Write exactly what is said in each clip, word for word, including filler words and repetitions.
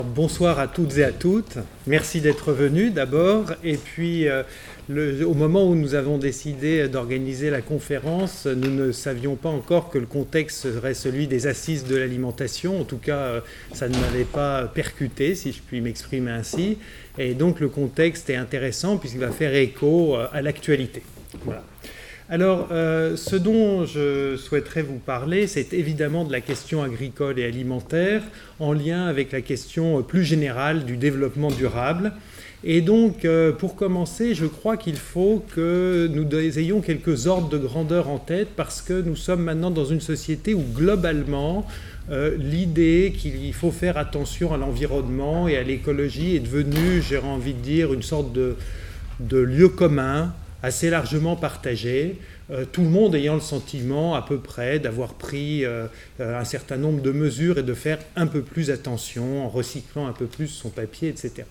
Bonsoir à toutes et à toutes. Merci d'être venus d'abord. Et puis, euh, le, au moment où nous avons décidé d'organiser la conférence, nous ne savions pas encore que le contexte serait celui des assises de l'alimentation. En tout cas, euh, ça ne m'avait pas percuté, si je puis m'exprimer ainsi. Et donc, le contexte est intéressant puisqu'il va faire écho euh, à l'actualité. Voilà. Alors, euh, ce dont je souhaiterais vous parler, c'est évidemment de la question agricole et alimentaire, en lien avec la question plus générale du développement durable. Et donc, euh, pour commencer, je crois qu'il faut que nous ayons quelques ordres de grandeur en tête, parce que nous sommes maintenant dans une société où, globalement, euh, l'idée qu'il faut faire attention à l'environnement et à l'écologie est devenue, j'ai envie de dire, une sorte de, de lieu commun, assez largement partagé, euh, tout le monde ayant le sentiment à peu près d'avoir pris euh, un certain nombre de mesures et de faire un peu plus attention en recyclant un peu plus son papier, et cetera.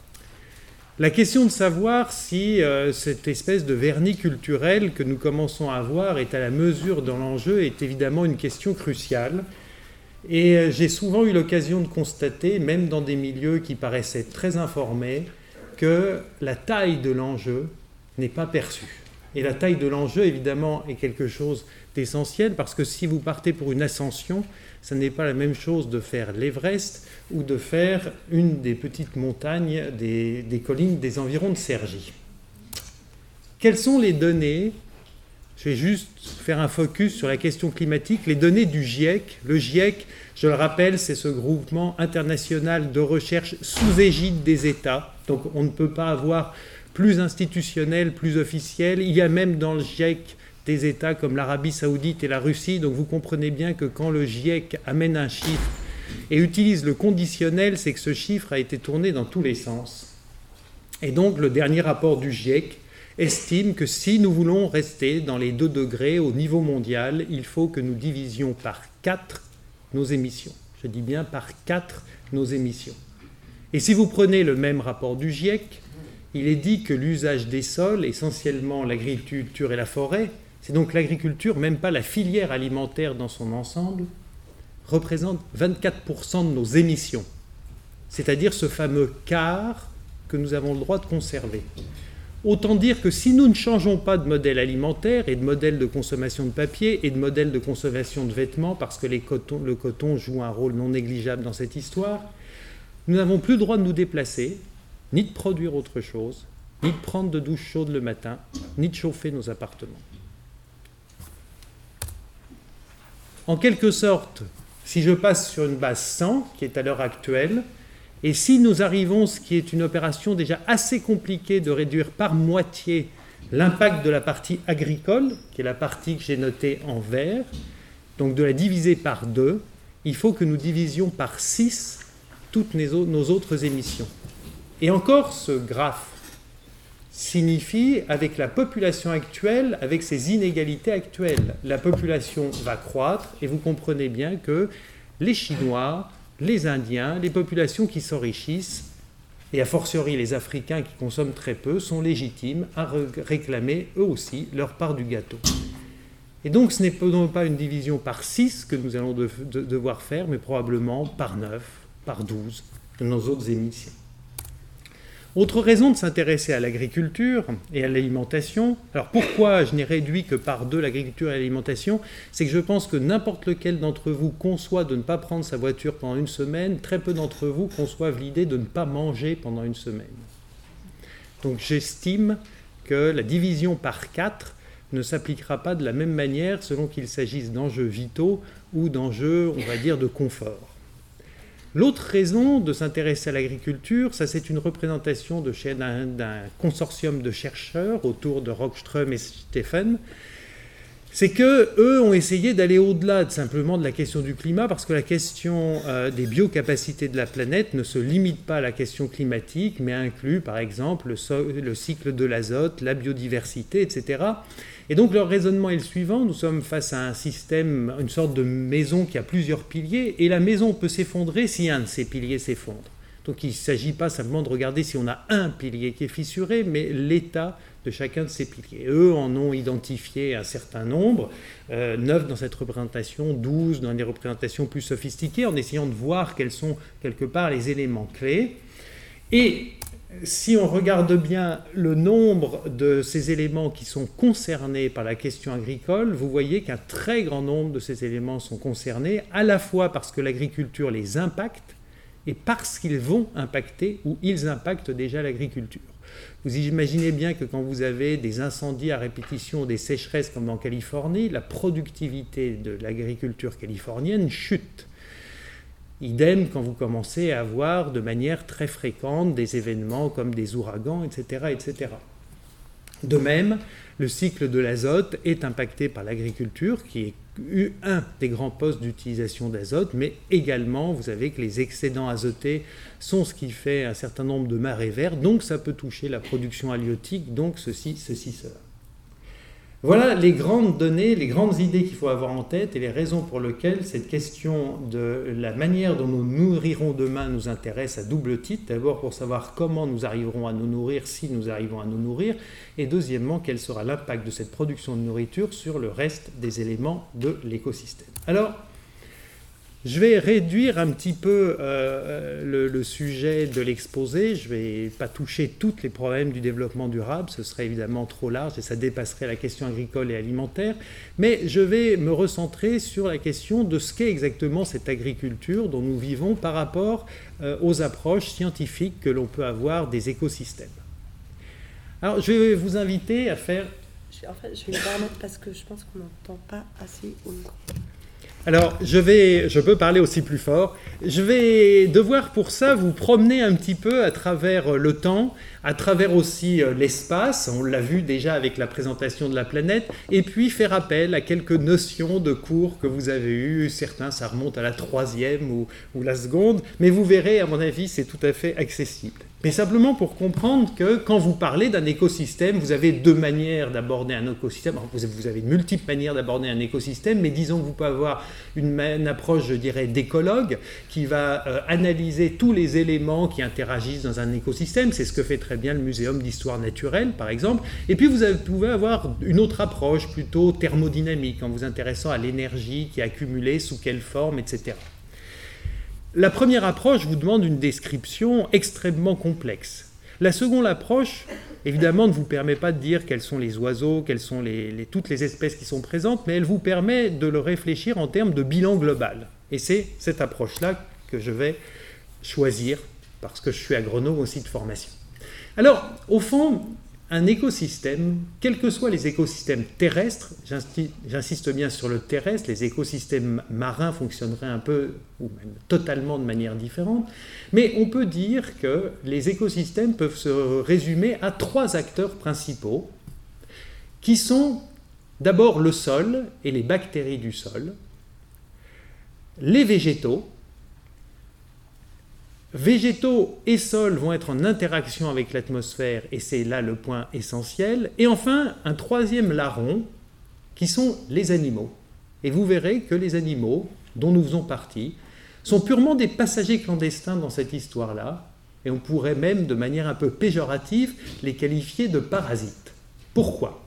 La question de savoir si euh, cette espèce de vernis culturel que nous commençons à avoir est à la mesure dans l'enjeu est évidemment une question cruciale. Et euh, j'ai souvent eu l'occasion de constater, même dans des milieux qui paraissaient très informés, que la taille de l'enjeu n'est pas perçue. Et la taille de l'enjeu, évidemment, est quelque chose d'essentiel, parce que si vous partez pour une ascension, ce n'est pas la même chose de faire l'Everest ou de faire une des petites montagnes des, des collines des environs de Cergy. Quelles sont les données? Je vais juste faire un focus sur la question climatique. Les données du GIEC. Le GIEC, je le rappelle, c'est ce groupement international de recherche sous égide des États. Donc on ne peut pas avoir plus institutionnel, plus officiel. Il y a même dans le GIEC des États comme l'Arabie Saoudite et la Russie. Donc vous comprenez bien que quand le GIEC amène un chiffre et utilise le conditionnel, c'est que ce chiffre a été tourné dans tous les sens. Et donc le dernier rapport du GIEC estime que si nous voulons rester dans les deux degrés au niveau mondial, il faut que nous divisions par quatre nos émissions. Je dis bien par quatre nos émissions. Et si vous prenez le même rapport du GIEC, il est dit que l'usage des sols, essentiellement l'agriculture et la forêt, c'est donc l'agriculture, même pas la filière alimentaire dans son ensemble, représente vingt-quatre pour cent de nos émissions. C'est-à-dire ce fameux quart que nous avons le droit de conserver. Autant dire que si nous ne changeons pas de modèle alimentaire et de modèle de consommation de papier et de modèle de consommation de vêtements, parce que les cotons, le coton joue un rôle non négligeable dans cette histoire, nous n'avons plus le droit de nous déplacer, ni de produire autre chose, ni de prendre de douche chaude le matin, ni de chauffer nos appartements. En quelque sorte, si je passe sur une base cent, qui est à l'heure actuelle, et si nous arrivons, ce qui est une opération déjà assez compliquée, de réduire par moitié l'impact de la partie agricole, qui est la partie que j'ai notée en vert, donc de la diviser par deux, il faut que nous divisions par six toutes nos autres émissions. Et encore, ce graphe signifie, avec la population actuelle, avec ses inégalités actuelles, la population va croître, et vous comprenez bien que les Chinois, les Indiens, les populations qui s'enrichissent, et a fortiori les Africains qui consomment très peu, sont légitimes à réclamer eux aussi leur part du gâteau. Et donc ce n'est pas une division par six que nous allons de, de, devoir faire, mais probablement par neuf, par douze de nos autres émissions. Autre raison de s'intéresser à l'agriculture et à l'alimentation, alors pourquoi je n'ai réduit que par deux l'agriculture et l'alimentation, c'est que je pense que n'importe lequel d'entre vous conçoit de ne pas prendre sa voiture pendant une semaine, très peu d'entre vous conçoivent l'idée de ne pas manger pendant une semaine. Donc j'estime que la division par quatre ne s'appliquera pas de la même manière selon qu'il s'agisse d'enjeux vitaux ou d'enjeux, on va dire, de confort. L'autre raison de s'intéresser à l'agriculture, ça c'est une représentation de chez, d'un, d'un consortium de chercheurs autour de Rockström et Stephen, c'est qu'eux ont essayé d'aller au-delà de simplement de la question du climat, parce que la question euh, des biocapacités de la planète ne se limite pas à la question climatique, mais inclut par exemple le, so- le cycle de l'azote, la biodiversité, et cetera. Et donc leur raisonnement est le suivant, nous sommes face à un système, une sorte de maison qui a plusieurs piliers, et la maison peut s'effondrer si un de ces piliers s'effondre. Donc il ne s'agit pas simplement de regarder si on a un pilier qui est fissuré, mais l'état de chacun de ces piliers. Eux en ont identifié un certain nombre, euh, neuf dans cette représentation, douze dans des représentations plus sophistiquées, en essayant de voir quels sont quelque part les éléments clés. Et si on regarde bien le nombre de ces éléments qui sont concernés par la question agricole, vous voyez qu'un très grand nombre de ces éléments sont concernés, à la fois parce que l'agriculture les impacte et parce qu'ils vont impacter ou ils impactent déjà l'agriculture. Vous imaginez bien que quand vous avez des incendies à répétition, des sécheresses comme en Californie, la productivité de l'agriculture californienne chute. Idem quand vous commencez à avoir de manière très fréquente des événements comme des ouragans, et cetera, et cetera. De même, le cycle de l'azote est impacté par l'agriculture, qui est un des grands postes d'utilisation d'azote, mais également, vous savez que les excédents azotés sont ce qui fait un certain nombre de marées vertes, donc ça peut toucher la production halieutique, donc ceci, ceci, cela. Voilà les grandes données, les grandes idées qu'il faut avoir en tête et les raisons pour lesquelles cette question de la manière dont nous nourrirons demain nous intéresse à double titre. D'abord pour savoir comment nous arriverons à nous nourrir, si nous arrivons à nous nourrir, et deuxièmement quel sera l'impact de cette production de nourriture sur le reste des éléments de l'écosystème. Alors, je vais réduire un petit peu euh, le, le sujet de l'exposé. Je ne vais pas toucher tous les problèmes du développement durable, ce serait évidemment trop large et ça dépasserait la question agricole et alimentaire. Mais je vais me recentrer sur la question de ce qu'est exactement cette agriculture dont nous vivons par rapport euh, aux approches scientifiques que l'on peut avoir des écosystèmes. Alors, je vais vous inviter à faire... En fait, je vais me permettre parce que je pense qu'on n'entend pas assez au micro. Alors, je, vais, je peux parler aussi plus fort. Je vais devoir pour ça vous promener un petit peu à travers le temps, à travers aussi l'espace, on l'a vu déjà avec la présentation de la planète, et puis faire appel à quelques notions de cours que vous avez eues. Certains, ça remonte à la troisième ou, ou la seconde, mais vous verrez, à mon avis, c'est tout à fait accessible. Mais simplement pour comprendre que quand vous parlez d'un écosystème, vous avez deux manières d'aborder un écosystème. Alors, vous avez de multiples manières d'aborder un écosystème, mais disons que vous pouvez avoir une, une approche, je dirais, d'écologue qui va euh, analyser tous les éléments qui interagissent dans un écosystème. C'est ce que fait très bien le Muséum d'histoire naturelle, par exemple. Et puis vous avez, pouvez avoir une autre approche plutôt thermodynamique, en vous intéressant à l'énergie qui est accumulée, sous quelle forme, et cetera. La première approche vous demande une description extrêmement complexe. La seconde approche, évidemment, ne vous permet pas de dire quels sont les oiseaux, quelles sont les, les, toutes les espèces qui sont présentes, mais elle vous permet de le réfléchir en termes de bilan global. Et c'est cette approche-là que je vais choisir, parce que je suis agronome aussi de formation. Alors, au fond, un écosystème, quels que soient les écosystèmes terrestres, j'insiste bien sur le terrestre, les écosystèmes marins fonctionneraient un peu, ou même totalement de manière différente, mais on peut dire que les écosystèmes peuvent se résumer à trois acteurs principaux, qui sont d'abord le sol et les bactéries du sol, les végétaux. Végétaux et sols vont être en interaction avec l'atmosphère, et c'est là le point essentiel. Et enfin, un troisième larron, qui sont les animaux. Et vous verrez que les animaux, dont nous faisons partie, sont purement des passagers clandestins dans cette histoire-là, et on pourrait même, de manière un peu péjorative, les qualifier de parasites. Pourquoi ?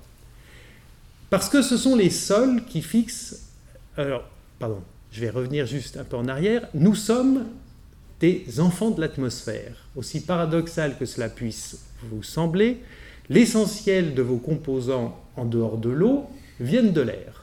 Parce que ce sont les sols qui fixent... Alors, pardon, je vais revenir juste un peu en arrière. Nous sommes des enfants de l'atmosphère. Aussi paradoxal que cela puisse vous sembler, l'essentiel de vos composants en dehors de l'eau viennent de l'air.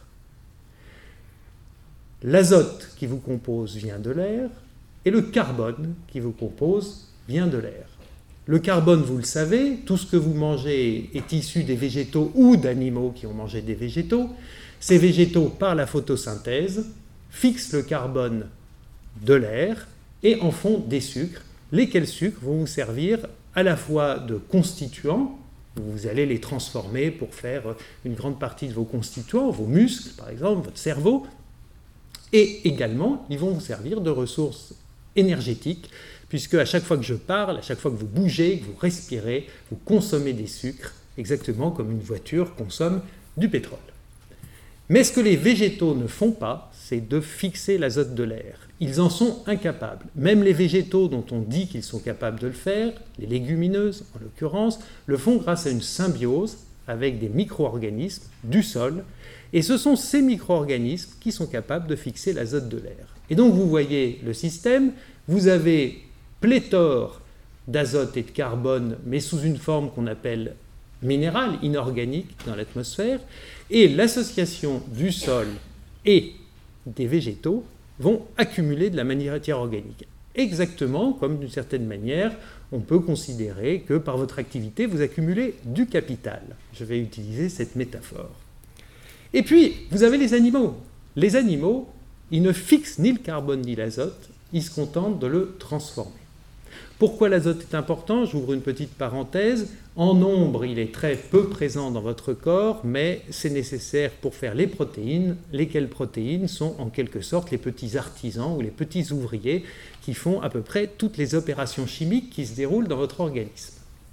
L'azote qui vous compose vient de l'air, et le carbone qui vous compose vient de l'air. Le carbone, vous le savez, tout ce que vous mangez est issu des végétaux ou d'animaux qui ont mangé des végétaux. Ces végétaux, par la photosynthèse, fixent le carbone de l'air et en font des sucres, lesquels sucres vont vous servir à la fois de constituants, vous allez les transformer pour faire une grande partie de vos constituants, vos muscles par exemple, votre cerveau, et également ils vont vous servir de ressources énergétiques, puisque à chaque fois que je parle, à chaque fois que vous bougez, que vous respirez, vous consommez des sucres, exactement comme une voiture consomme du pétrole. Mais ce que les végétaux ne font pas, c'est de fixer l'azote de l'air. Ils en sont incapables. Même les végétaux dont on dit qu'ils sont capables de le faire, les légumineuses en l'occurrence, le font grâce à une symbiose avec des micro-organismes du sol. Et ce sont ces micro-organismes qui sont capables de fixer l'azote de l'air. Et donc vous voyez le système, vous avez pléthore d'azote et de carbone, mais sous une forme qu'on appelle minérale, inorganique dans l'atmosphère, et l'association du sol et des végétaux vont accumuler de la matière organique. Exactement comme d'une certaine manière, on peut considérer que par votre activité, vous accumulez du capital. Je vais utiliser cette métaphore. Et puis, vous avez les animaux. Les animaux, ils ne fixent ni le carbone ni l'azote, ils se contentent de le transformer. Pourquoi l'azote est important? J'ouvre une petite parenthèse. En nombre, il est très peu présent dans votre corps, mais c'est nécessaire pour faire les protéines, lesquelles protéines sont en quelque sorte les petits artisans ou les petits ouvriers qui font à peu près toutes les opérations chimiques qui se déroulent dans votre organisme.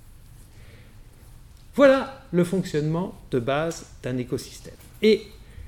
Voilà le fonctionnement de base d'un écosystème. Et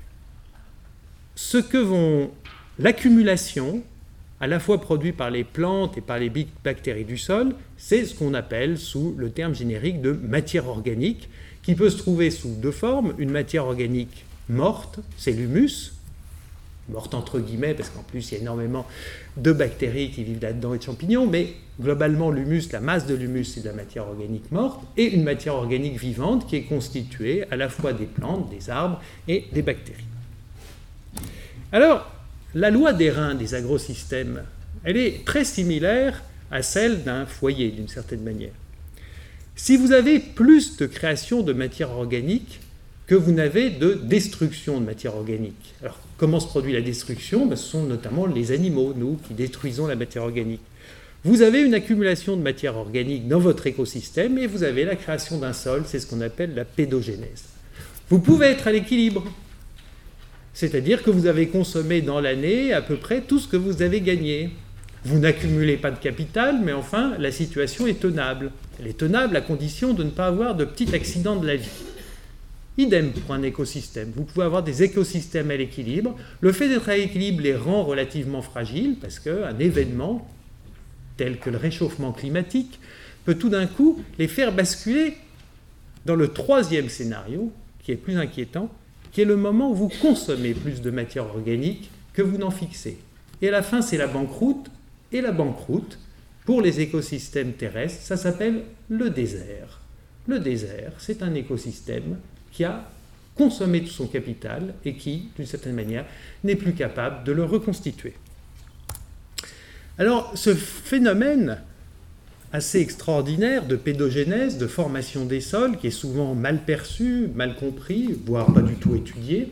ce que vont l'accumulation, à la fois produit par les plantes et par les bactéries du sol, c'est ce qu'on appelle sous le terme générique de matière organique, qui peut se trouver sous deux formes. Une matière organique morte, c'est l'humus, morte entre guillemets, parce qu'en plus il y a énormément de bactéries qui vivent là-dedans et de champignons, mais globalement l'humus, la masse de l'humus, c'est de la matière organique morte, et une matière organique vivante qui est constituée à la fois des plantes, des arbres et des bactéries. Alors, la loi des reins des agrosystèmes, elle est très similaire à celle d'un foyer, d'une certaine manière. Si vous avez plus de création de matière organique que vous n'avez de destruction de matière organique. Alors, comment se produit la destruction? Ben, ce sont notamment les animaux, nous, qui détruisons la matière organique. Vous avez une accumulation de matière organique dans votre écosystème et vous avez la création d'un sol, c'est ce qu'on appelle la pédogénèse. Vous pouvez être à l'équilibre. C'est-à-dire que vous avez consommé dans l'année à peu près tout ce que vous avez gagné. Vous n'accumulez pas de capital, mais enfin, la situation est tenable. Elle est tenable à condition de ne pas avoir de petits accidents de la vie. Idem pour un écosystème. Vous pouvez avoir des écosystèmes à l'équilibre. Le fait d'être à l'équilibre les rend relativement fragiles, parce qu'un événement, tel que le réchauffement climatique, peut tout d'un coup les faire basculer dans le troisième scénario, qui est plus inquiétant, qui est le moment où vous consommez plus de matière organique que vous n'en fixez. Et à la fin, c'est la banqueroute, et la banqueroute, pour les écosystèmes terrestres, ça s'appelle le désert. Le désert, c'est un écosystème qui a consommé tout son capital et qui, d'une certaine manière, n'est plus capable de le reconstituer. Alors, ce phénomène assez extraordinaire de pédogénèse, de formation des sols, qui est souvent mal perçu, mal compris, voire pas du tout étudié.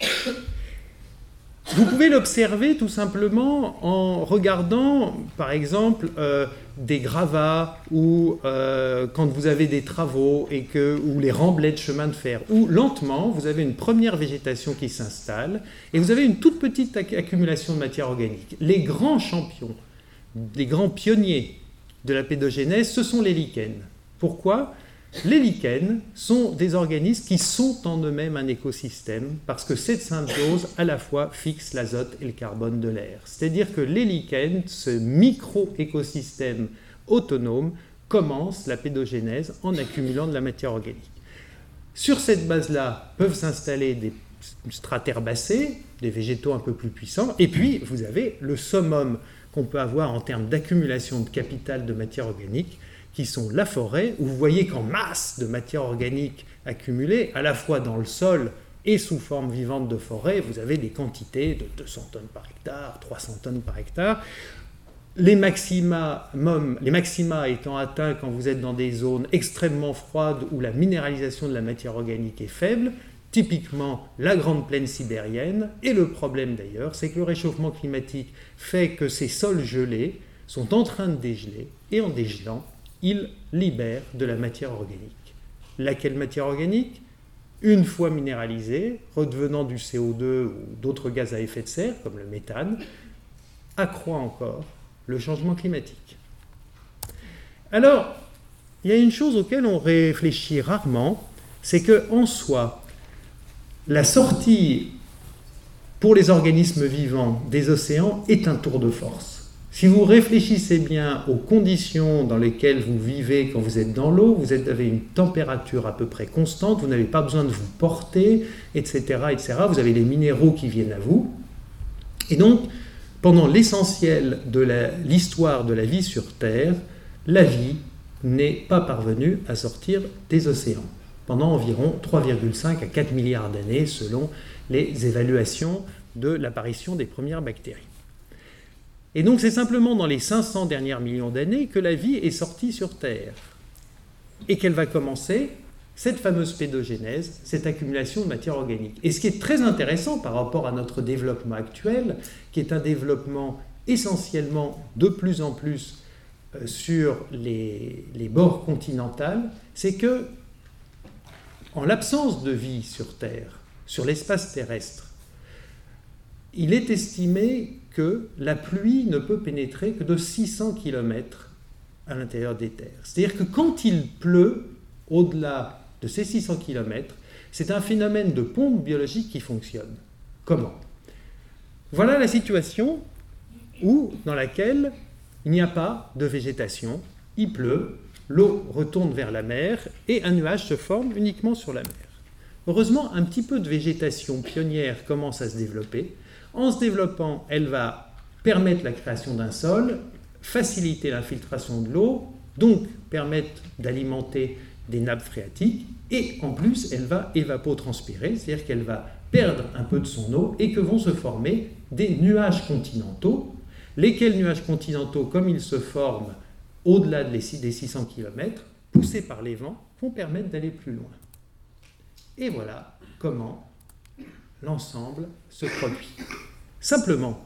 Vous pouvez l'observer tout simplement en regardant, par exemple, euh, des gravats ou euh, quand vous avez des travaux et que, ou les remblais de chemin de fer, où lentement, vous avez une première végétation qui s'installe et vous avez une toute petite accumulation de matière organique. Les grands champions, les grands pionniers de la pédogénèse, ce sont les lichens. Pourquoi? Les lichens sont des organismes qui sont en eux-mêmes un écosystème parce que cette symbiose à la fois fixe l'azote et le carbone de l'air. C'est-à-dire que les lichens, ce micro-écosystème autonome, commence la pédogénèse en accumulant de la matière organique. Sur cette base-là peuvent s'installer des straterbacées, des végétaux un peu plus puissants, et puis vous avez le summum qu'on peut avoir en termes d'accumulation de capital de matière organique, qui sont la forêt, où vous voyez qu'en masse de matière organique accumulée, à la fois dans le sol et sous forme vivante de forêt, vous avez des quantités de deux cents tonnes par hectare, trois cents tonnes par hectare. Les maxima, les maxima étant atteints quand vous êtes dans des zones extrêmement froides où la minéralisation de la matière organique est faible, typiquement la grande plaine sibérienne. Et le problème d'ailleurs, c'est que le réchauffement climatique fait que ces sols gelés sont en train de dégeler, et en dégelant, ils libèrent de la matière organique. Laquelle matière organique? Une fois minéralisée, redevenant du C O deux ou d'autres gaz à effet de serre, comme le méthane, accroît encore le changement climatique. Alors, il y a une chose auquel on réfléchit rarement, c'est qu'en soi, la sortie pour les organismes vivants des océans est un tour de force. Si vous réfléchissez bien aux conditions dans lesquelles vous vivez quand vous êtes dans l'eau, vous avez une température à peu près constante, vous n'avez pas besoin de vous porter, et cetera, et cetera. Vous avez les minéraux qui viennent à vous. Et donc, pendant l'essentiel de la, l'histoire de la vie sur Terre, la vie n'est pas parvenue à sortir des océans, pendant environ trois virgule cinq à quatre milliards d'années, selon les évaluations de l'apparition des premières bactéries. Et donc c'est simplement dans les cinq cents derniers millions d'années que la vie est sortie sur Terre, et qu'elle va commencer cette fameuse pédogénèse, cette accumulation de matière organique. Et ce qui est très intéressant par rapport à notre développement actuel, qui est un développement essentiellement de plus en plus euh, sur les, les bords continentaux, c'est que, en l'absence de vie sur Terre, sur l'espace terrestre, il est estimé que la pluie ne peut pénétrer que de six cents kilomètres à l'intérieur des terres. C'est-à-dire que quand il pleut, au-delà de ces six cents kilomètres, c'est un phénomène de pompe biologique qui fonctionne. Comment ? Voilà la situation où, dans laquelle il n'y a pas de végétation, il pleut, l'eau retourne vers la mer et un nuage se forme uniquement sur la mer. Heureusement, un petit peu de végétation pionnière commence à se développer. En se développant, elle va permettre la création d'un sol, faciliter l'infiltration de l'eau, donc permettre d'alimenter des nappes phréatiques, et en plus, elle va évapotranspirer, c'est-à-dire qu'elle va perdre un peu de son eau et que vont se former des nuages continentaux, lesquels nuages continentaux, comme ils se forment au-delà des six cents kilomètres, poussés par les vents, vont permettre d'aller plus loin. Et voilà comment l'ensemble se produit. Simplement,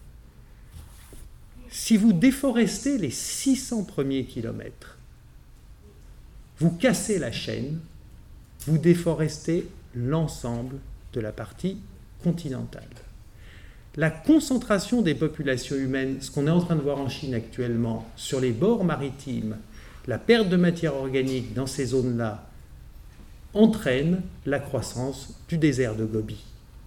si vous déforestez les six cents premiers kilomètres, vous cassez la chaîne, vous déforestez l'ensemble de la partie continentale. La concentration des populations humaines, ce qu'on est en train de voir en Chine actuellement, sur les bords maritimes, la perte de matière organique dans ces zones-là, entraîne la croissance du désert de Gobi.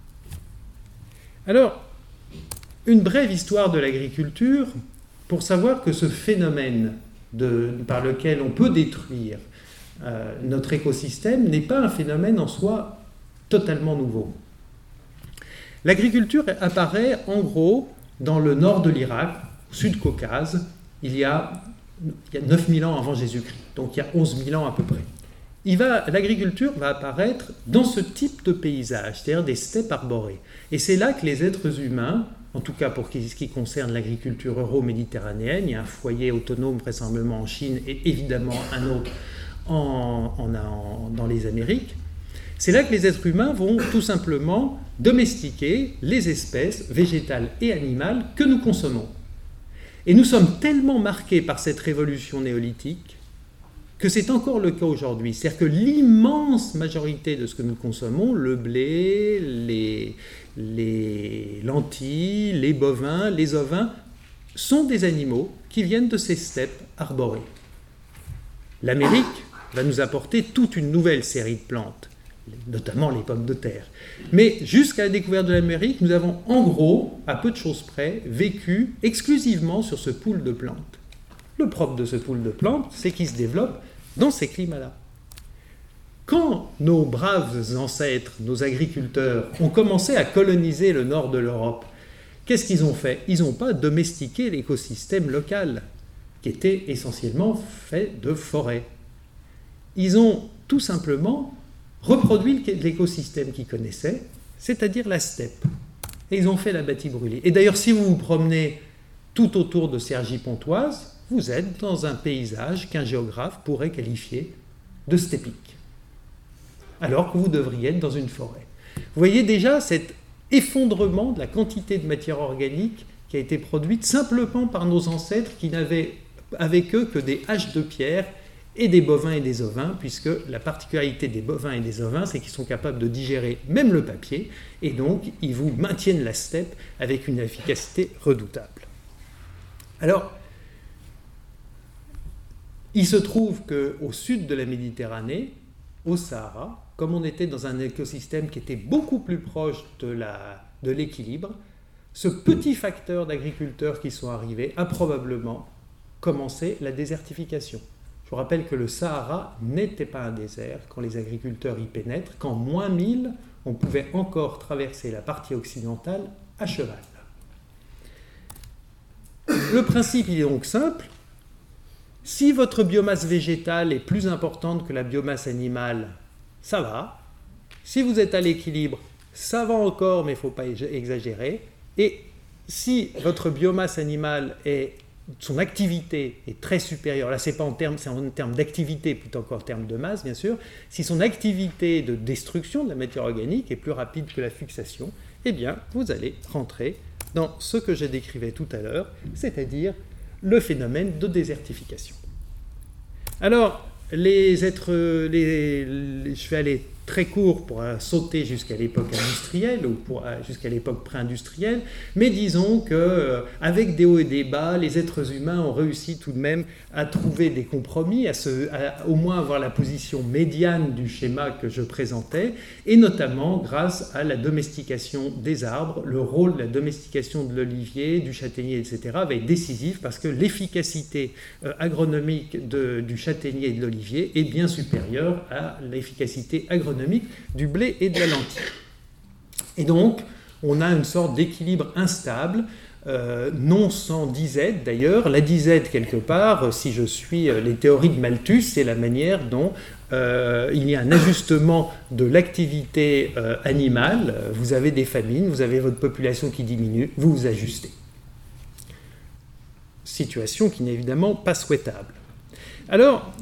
Alors, une brève histoire de l'agriculture pour savoir que ce phénomène de, par lequel on peut détruire euh, notre écosystème n'est pas un phénomène en soi totalement nouveau. L'agriculture apparaît en gros dans le nord de l'Irak, au Sud-Caucase, il y a, il y a neuf mille ans avant Jésus-Christ, donc il y a onze mille ans à peu près. Il va, l'agriculture va apparaître dans ce type de paysage, c'est-à-dire des steppes arborées. Et c'est là que les êtres humains, en tout cas pour ce qui concerne l'agriculture euro-méditerranéenne, il y a un foyer autonome vraisemblablement en Chine et évidemment un autre en, en, en, dans les Amériques, c'est là que les êtres humains vont tout simplement domestiquer les espèces végétales et animales que nous consommons. Et nous sommes tellement marqués par cette révolution néolithique que c'est encore le cas aujourd'hui. C'est-à-dire que l'immense majorité de ce que nous consommons, le blé, les, les lentilles, les bovins, les ovins, sont des animaux qui viennent de ces steppes arborées. L'Amérique va nous apporter toute une nouvelle série de plantes, notamment les pommes de terre. Mais jusqu'à la découverte de l'Amérique, nous avons en gros, à peu de choses près, vécu exclusivement sur ce pool de plantes. Le propre de ce pool de plantes, c'est qu'il se développe dans ces climats-là. Quand nos braves ancêtres, nos agriculteurs, ont commencé à coloniser le nord de l'Europe, qu'est-ce qu'ils ont fait ? Ils n'ont pas domestiqué l'écosystème local, qui était essentiellement fait de forêts. Ils ont tout simplement reproduit l'écosystème qu'ils connaissaient, c'est-à-dire la steppe. Et ils ont fait la bâtie brûlée. Et d'ailleurs, si vous vous promenez tout autour de Cergy-Pontoise, vous êtes dans un paysage qu'un géographe pourrait qualifier de steppique, alors que vous devriez être dans une forêt. Vous voyez déjà cet effondrement de la quantité de matière organique qui a été produite simplement par nos ancêtres qui n'avaient avec eux que des haches de pierre et des bovins et des ovins, puisque la particularité des bovins et des ovins, c'est qu'ils sont capables de digérer même le papier, et donc ils vous maintiennent la steppe avec une efficacité redoutable. Alors, il se trouve qu'au sud de la Méditerranée, au Sahara, comme on était dans un écosystème qui était beaucoup plus proche de la de l'équilibre, ce petit facteur d'agriculteurs qui sont arrivés a probablement commencé la désertification. Je vous rappelle que le Sahara n'était pas un désert quand les agriculteurs y pénètrent, qu'en moins mille, on pouvait encore traverser la partie occidentale à cheval. Le principe il est donc simple. Si votre biomasse végétale est plus importante que la biomasse animale, ça va. Si vous êtes à l'équilibre, ça va encore, mais il ne faut pas exagérer. Et si votre biomasse animale, est, son activité est très supérieure, là c'est pas en termes, c'est en termes d'activité plutôt qu'en termes de masse, bien sûr, si son activité de destruction de la matière organique est plus rapide que la fixation, eh bien, vous allez rentrer dans ce que je décrivais tout à l'heure, c'est-à-dire le phénomène de désertification. Alors, les êtres, les, les, je vais aller très court pour euh, sauter jusqu'à l'époque industrielle ou pour, euh, jusqu'à l'époque pré-industrielle, mais disons qu'avec euh, des hauts et des bas, les êtres humains ont réussi tout de même à trouver des compromis, à, se, à au moins avoir la position médiane du schéma que je présentais, et notamment grâce à la domestication des arbres. Le rôle de la domestication de l'olivier, du châtaignier, et cetera va être décisif parce que l'efficacité euh, agronomique de, du châtaignier et de l'olivier est bien supérieure à l'efficacité agronomique du blé et de la lentille. Et donc, on a une sorte d'équilibre instable, euh, non sans disette d'ailleurs. La disette, quelque part, si je suis les théories de Malthus, c'est la manière dont euh, il y a un ajustement de l'activité euh, animale. Vous avez des famines, vous avez votre population qui diminue, vous vous ajustez. Situation qui n'est évidemment pas souhaitable. Alors,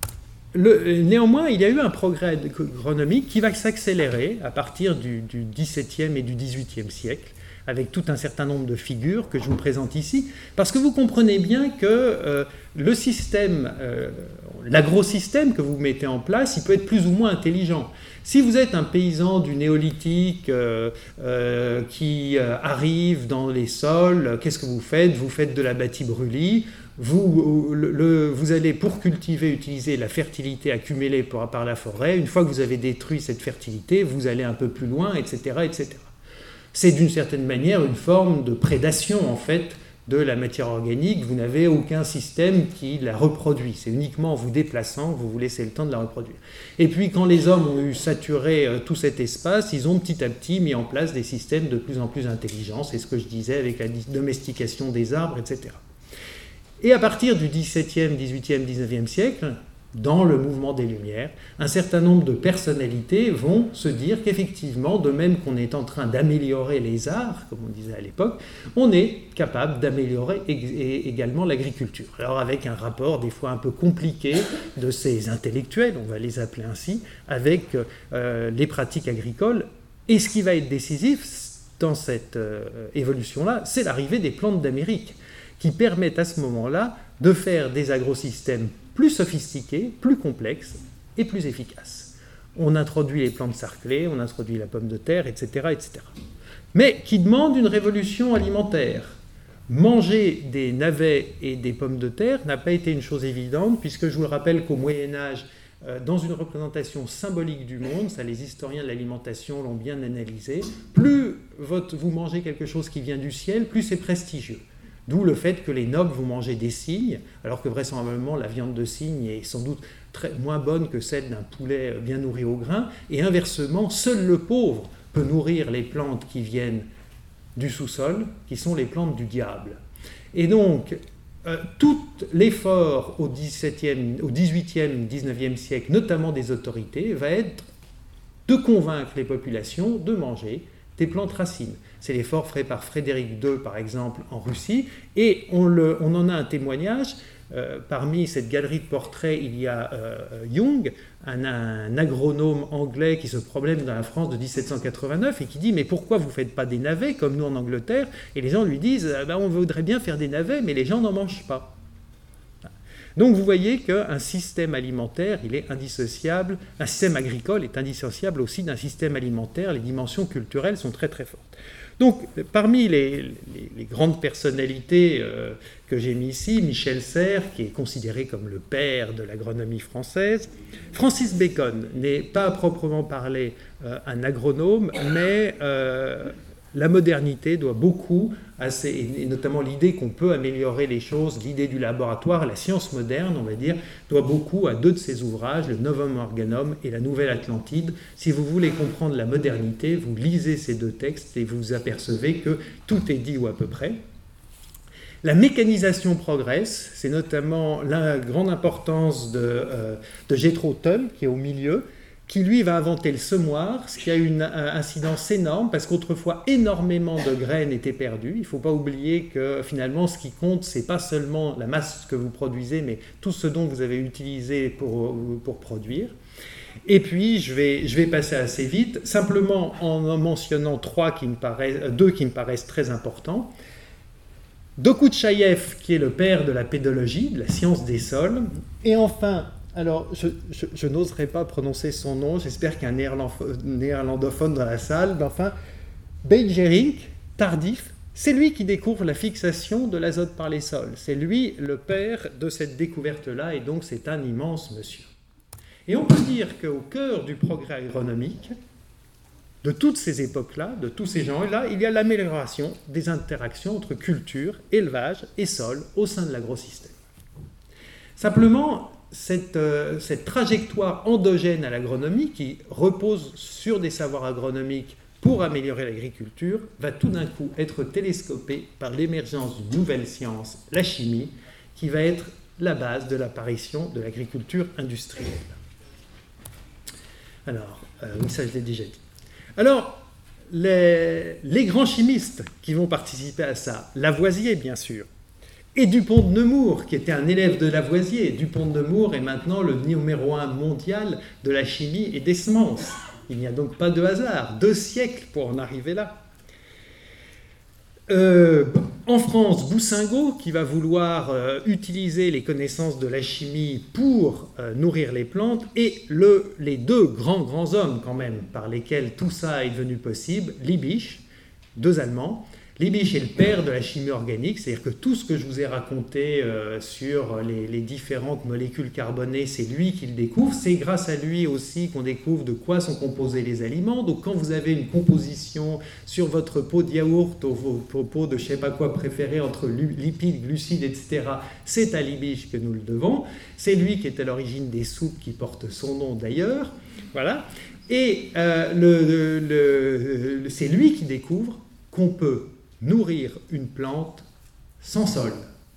Le, néanmoins, il y a eu un progrès agronomique qui va s'accélérer à partir du, du dix-septième et du dix-huitième siècle, avec tout un certain nombre de figures que je vous présente ici, parce que vous comprenez bien que euh, le système, euh, l'agrosystème que vous mettez en place, il peut être plus ou moins intelligent. Si vous êtes un paysan du néolithique euh, euh, qui euh, arrive dans les sols, qu'est-ce que vous faites ? Vous faites de la bâti-brûlis. Vous, le, le, vous allez, pour cultiver, utiliser la fertilité accumulée par, par la forêt. Une fois que vous avez détruit cette fertilité, vous allez un peu plus loin, et cetera, et cetera. C'est d'une certaine manière une forme de prédation, en fait, de la matière organique. Vous n'avez aucun système qui la reproduit. C'est uniquement en vous déplaçant que vous vous laissez le temps de la reproduire. Et puis, quand les hommes ont eu saturé euh, tout cet espace, ils ont petit à petit mis en place des systèmes de plus en plus intelligents. C'est ce que je disais avec la domestication des arbres, et cetera. Et à partir du dix-septième, dix-huitième, dix-neuvième siècle, dans le mouvement des Lumières, un certain nombre de personnalités vont se dire qu'effectivement, de même qu'on est en train d'améliorer les arts, comme on disait à l'époque, on est capable d'améliorer également l'agriculture. Alors avec un rapport des fois un peu compliqué de ces intellectuels, on va les appeler ainsi, avec euh, les pratiques agricoles. Et ce qui va être décisif dans cette euh, évolution-là, c'est l'arrivée des plantes d'Amérique, qui permettent à ce moment-là de faire des agrosystèmes plus sophistiqués, plus complexes et plus efficaces. On introduit les plantes sarclées, on introduit la pomme de terre, et cetera, et cetera. Mais qui demandent une révolution alimentaire. Manger des navets et des pommes de terre n'a pas été une chose évidente, puisque je vous le rappelle qu'au Moyen-Âge, dans une représentation symbolique du monde, ça les historiens de l'alimentation l'ont bien analysé, plus votre, vous mangez quelque chose qui vient du ciel, plus c'est prestigieux. D'où le fait que les nobles vont manger des cygnes, alors que vraisemblablement la viande de cygne est sans doute très, moins bonne que celle d'un poulet bien nourri au grain, et inversement, seul le pauvre peut nourrir les plantes qui viennent du sous-sol, qui sont les plantes du diable. Et donc, euh, tout l'effort au dix-septième, au dix-huitième, dix-neuvième siècle, notamment des autorités, va être de convaincre les populations de manger des plantes racines. C'est l'effort fait par Frédéric deux, par exemple, en Russie, et on, le, on en a un témoignage. Euh, parmi cette galerie de portraits, il y a euh, Young, un, un agronome anglais qui se promène dans la France de dix-sept cent quatre-vingt-neuf et qui dit « Mais pourquoi vous ne faites pas des navets comme nous en Angleterre ?» Et les gens lui disent bah, « On voudrait bien faire des navets, mais les gens n'en mangent pas. » Donc vous voyez qu'un système alimentaire, il est indissociable, un système agricole est indissociable aussi d'un système alimentaire, les dimensions culturelles sont très très fortes. Donc parmi les, les, les grandes personnalités euh, que j'ai mis ici, Michel Serres, qui est considéré comme le père de l'agronomie française, Francis Bacon n'est pas à proprement parler euh, un agronome, mais euh, La modernité doit beaucoup, à ces, et notamment l'idée qu'on peut améliorer les choses, l'idée du laboratoire, la science moderne, on va dire, doit beaucoup à deux de ses ouvrages, le Novum Organum et la Nouvelle Atlantide. Si vous voulez comprendre la modernité, vous lisez ces deux textes et vous vous apercevez que tout est dit ou à peu près. La mécanisation progresse, c'est notamment la grande importance de, euh, de Jethro Tull, qui est au milieu, qui lui va inventer le semoir, ce qui a une incidence énorme, parce qu'autrefois énormément de graines étaient perdues. Il ne faut pas oublier que finalement ce qui compte, ce n'est pas seulement la masse que vous produisez, mais tout ce dont vous avez utilisé pour, pour produire. Et puis, je vais, je vais passer assez vite, simplement en en mentionnant trois qui me paraissent, deux qui me paraissent très importants. Dokuchayev, qui est le père de la pédologie, de la science des sols. Et enfin, alors, je, je, je n'oserais pas prononcer son nom, j'espère qu'il y a un néerlandophone dans la salle, mais enfin, Beijerink, tardif, c'est lui qui découvre la fixation de l'azote par les sols. C'est lui le père de cette découverte-là, et donc c'est un immense monsieur. Et on peut dire qu'au cœur du progrès agronomique, de toutes ces époques-là, de tous ces gens-là, il y a l'amélioration des interactions entre culture, élevage et sol au sein de l'agrosystème. Simplement, cette, euh, cette trajectoire endogène à l'agronomie, qui repose sur des savoirs agronomiques pour améliorer l'agriculture, va tout d'un coup être télescopée par l'émergence d'une nouvelle science, la chimie, qui va être la base de l'apparition de l'agriculture industrielle. Alors, euh, oui, ça je l'ai déjà dit. Alors, les, les grands chimistes qui vont participer à ça, Lavoisier bien sûr, et Dupont de Nemours, qui était un élève de Lavoisier. Dupont de Nemours est maintenant le numéro un mondial de la chimie et des semences. Il n'y a donc pas de hasard, deux siècles pour en arriver là. Euh, en France, Boussingault, qui va vouloir euh, utiliser les connaissances de la chimie pour euh, nourrir les plantes, et le, les deux grands, grands hommes quand même par lesquels tout ça est devenu possible, Liebig, deux Allemands. Liebig est le père de la chimie organique, c'est-à-dire que tout ce que je vous ai raconté euh, sur les, les différentes molécules carbonées, c'est lui qui le découvre. C'est grâce à lui aussi qu'on découvre de quoi sont composés les aliments. Donc quand vous avez une composition sur votre pot de yaourt ou votre pot de je ne sais pas quoi préféré entre lipides, glucides, et cetera, c'est à Liebig que nous le devons. C'est lui qui est à l'origine des soupes qui portent son nom d'ailleurs. Voilà. Et euh, le, le, le, c'est lui qui découvre qu'on peut nourrir une plante sans sol.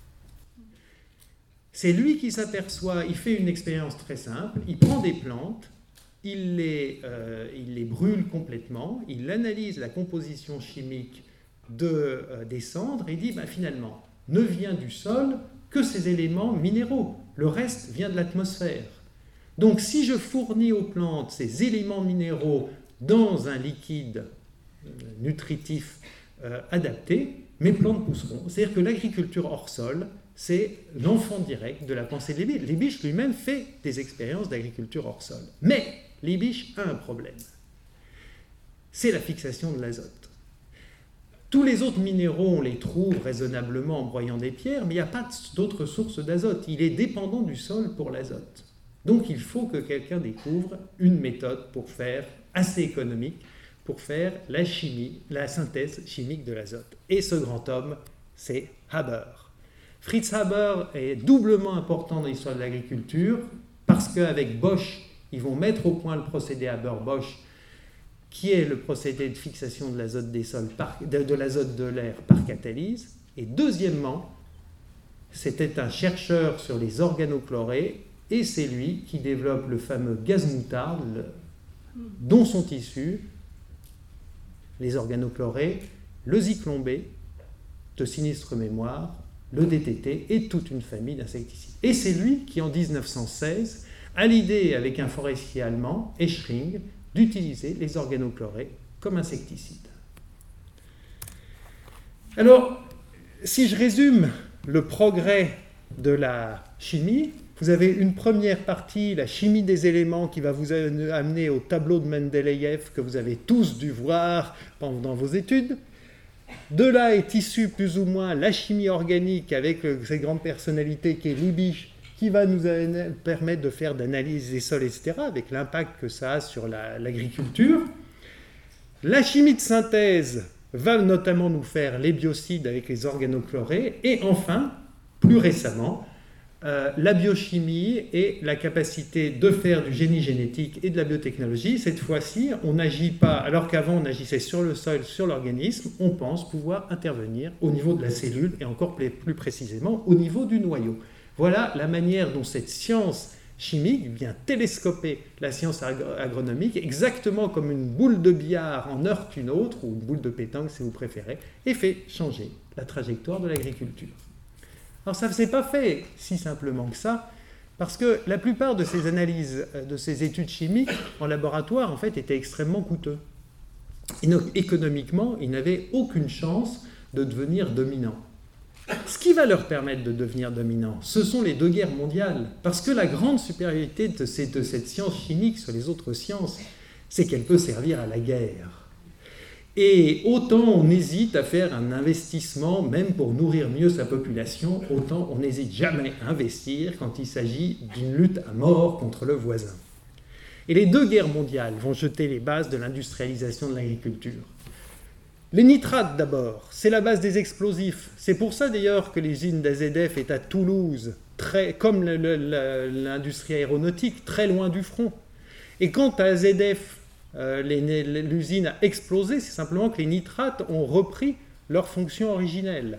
C'est lui qui s'aperçoit, il fait une expérience très simple, il prend des plantes, il les, euh, il les brûle complètement, il analyse la composition chimique de, euh, des cendres et dit ben, finalement, ne vient du sol que ces éléments minéraux, le reste vient de l'atmosphère. Donc si je fournis aux plantes ces éléments minéraux dans un liquide euh, nutritif Euh, adapté, mes plantes pousseront. C'est-à-dire que l'agriculture hors sol, c'est l'enfant direct de la pensée de Liebig. Liebig lui-même fait des expériences d'agriculture hors sol. Mais Liebig a un problème. C'est la fixation de l'azote. Tous les autres minéraux, on les trouve raisonnablement en broyant des pierres, mais il n'y a pas d'autres sources d'azote. Il est dépendant du sol pour l'azote. Donc il faut que quelqu'un découvre une méthode pour faire assez économique pour faire la chimie, la synthèse chimique de l'azote. Et ce grand homme, c'est Haber. Fritz Haber est doublement important dans l'histoire de l'agriculture parce qu'avec Bosch, ils vont mettre au point le procédé Haber-Bosch, qui est le procédé de fixation de l'azote des sols par, de, de l'azote de l'air par catalyse. Et deuxièmement, c'était un chercheur sur les organochlorés et c'est lui qui développe le fameux gaz moutarde, le, dont sont issus les organochlorés, le zyklon B, de sinistre mémoire, le D T T et toute une famille d'insecticides. Et c'est lui qui, en dix-neuf cent seize, a l'idée, avec un forestier allemand, Eschring, d'utiliser les organochlorés comme insecticides. Alors, si je résume le progrès de la chimie, vous avez une première partie, la chimie des éléments, qui va vous amener au tableau de Mendeleïev que vous avez tous dû voir pendant vos études. De là est issue plus ou moins la chimie organique avec ces grandes personnalités qui est Liebig, qui va nous permettre de faire d'analyse des sols, et cetera, avec l'impact que ça a sur la, l'agriculture. La chimie de synthèse va notamment nous faire les biocides avec les organochlorés, et enfin, plus récemment, euh, la biochimie et la capacité de faire du génie génétique et de la biotechnologie. Cette fois-ci, on n'agit pas, alors qu'avant on agissait sur le sol, sur l'organisme, on pense pouvoir intervenir au niveau de la cellule et encore plus, plus précisément au niveau du noyau. Voilà la manière dont cette science chimique vient télescoper la science agronomique, exactement comme une boule de billard en heurte une autre, ou une boule de pétanque si vous préférez, et fait changer la trajectoire de l'agriculture. Alors ça ne s'est pas fait si simplement que ça, parce que la plupart de ces analyses, de ces études chimiques en laboratoire, en fait, étaient extrêmement coûteux. Et donc, économiquement, ils n'avaient aucune chance de devenir dominants. Ce qui va leur permettre de devenir dominants, ce sont les deux guerres mondiales. Parce que la grande supériorité de cette, de cette science chimique sur les autres sciences, c'est qu'elle peut servir à la guerre. Et autant on hésite à faire un investissement, même pour nourrir mieux sa population, autant on n'hésite jamais à investir quand il s'agit d'une lutte à mort contre le voisin. Et les deux guerres mondiales vont jeter les bases de l'industrialisation de l'agriculture. Les nitrates d'abord, c'est la base des explosifs. C'est pour ça d'ailleurs que l'usine d'A Z F est à Toulouse, très, comme le, le, l'industrie aéronautique, très loin du front. Et quand à A Z F, euh, les, l'usine a explosé, c'est simplement que les nitrates ont repris leur fonction originelle.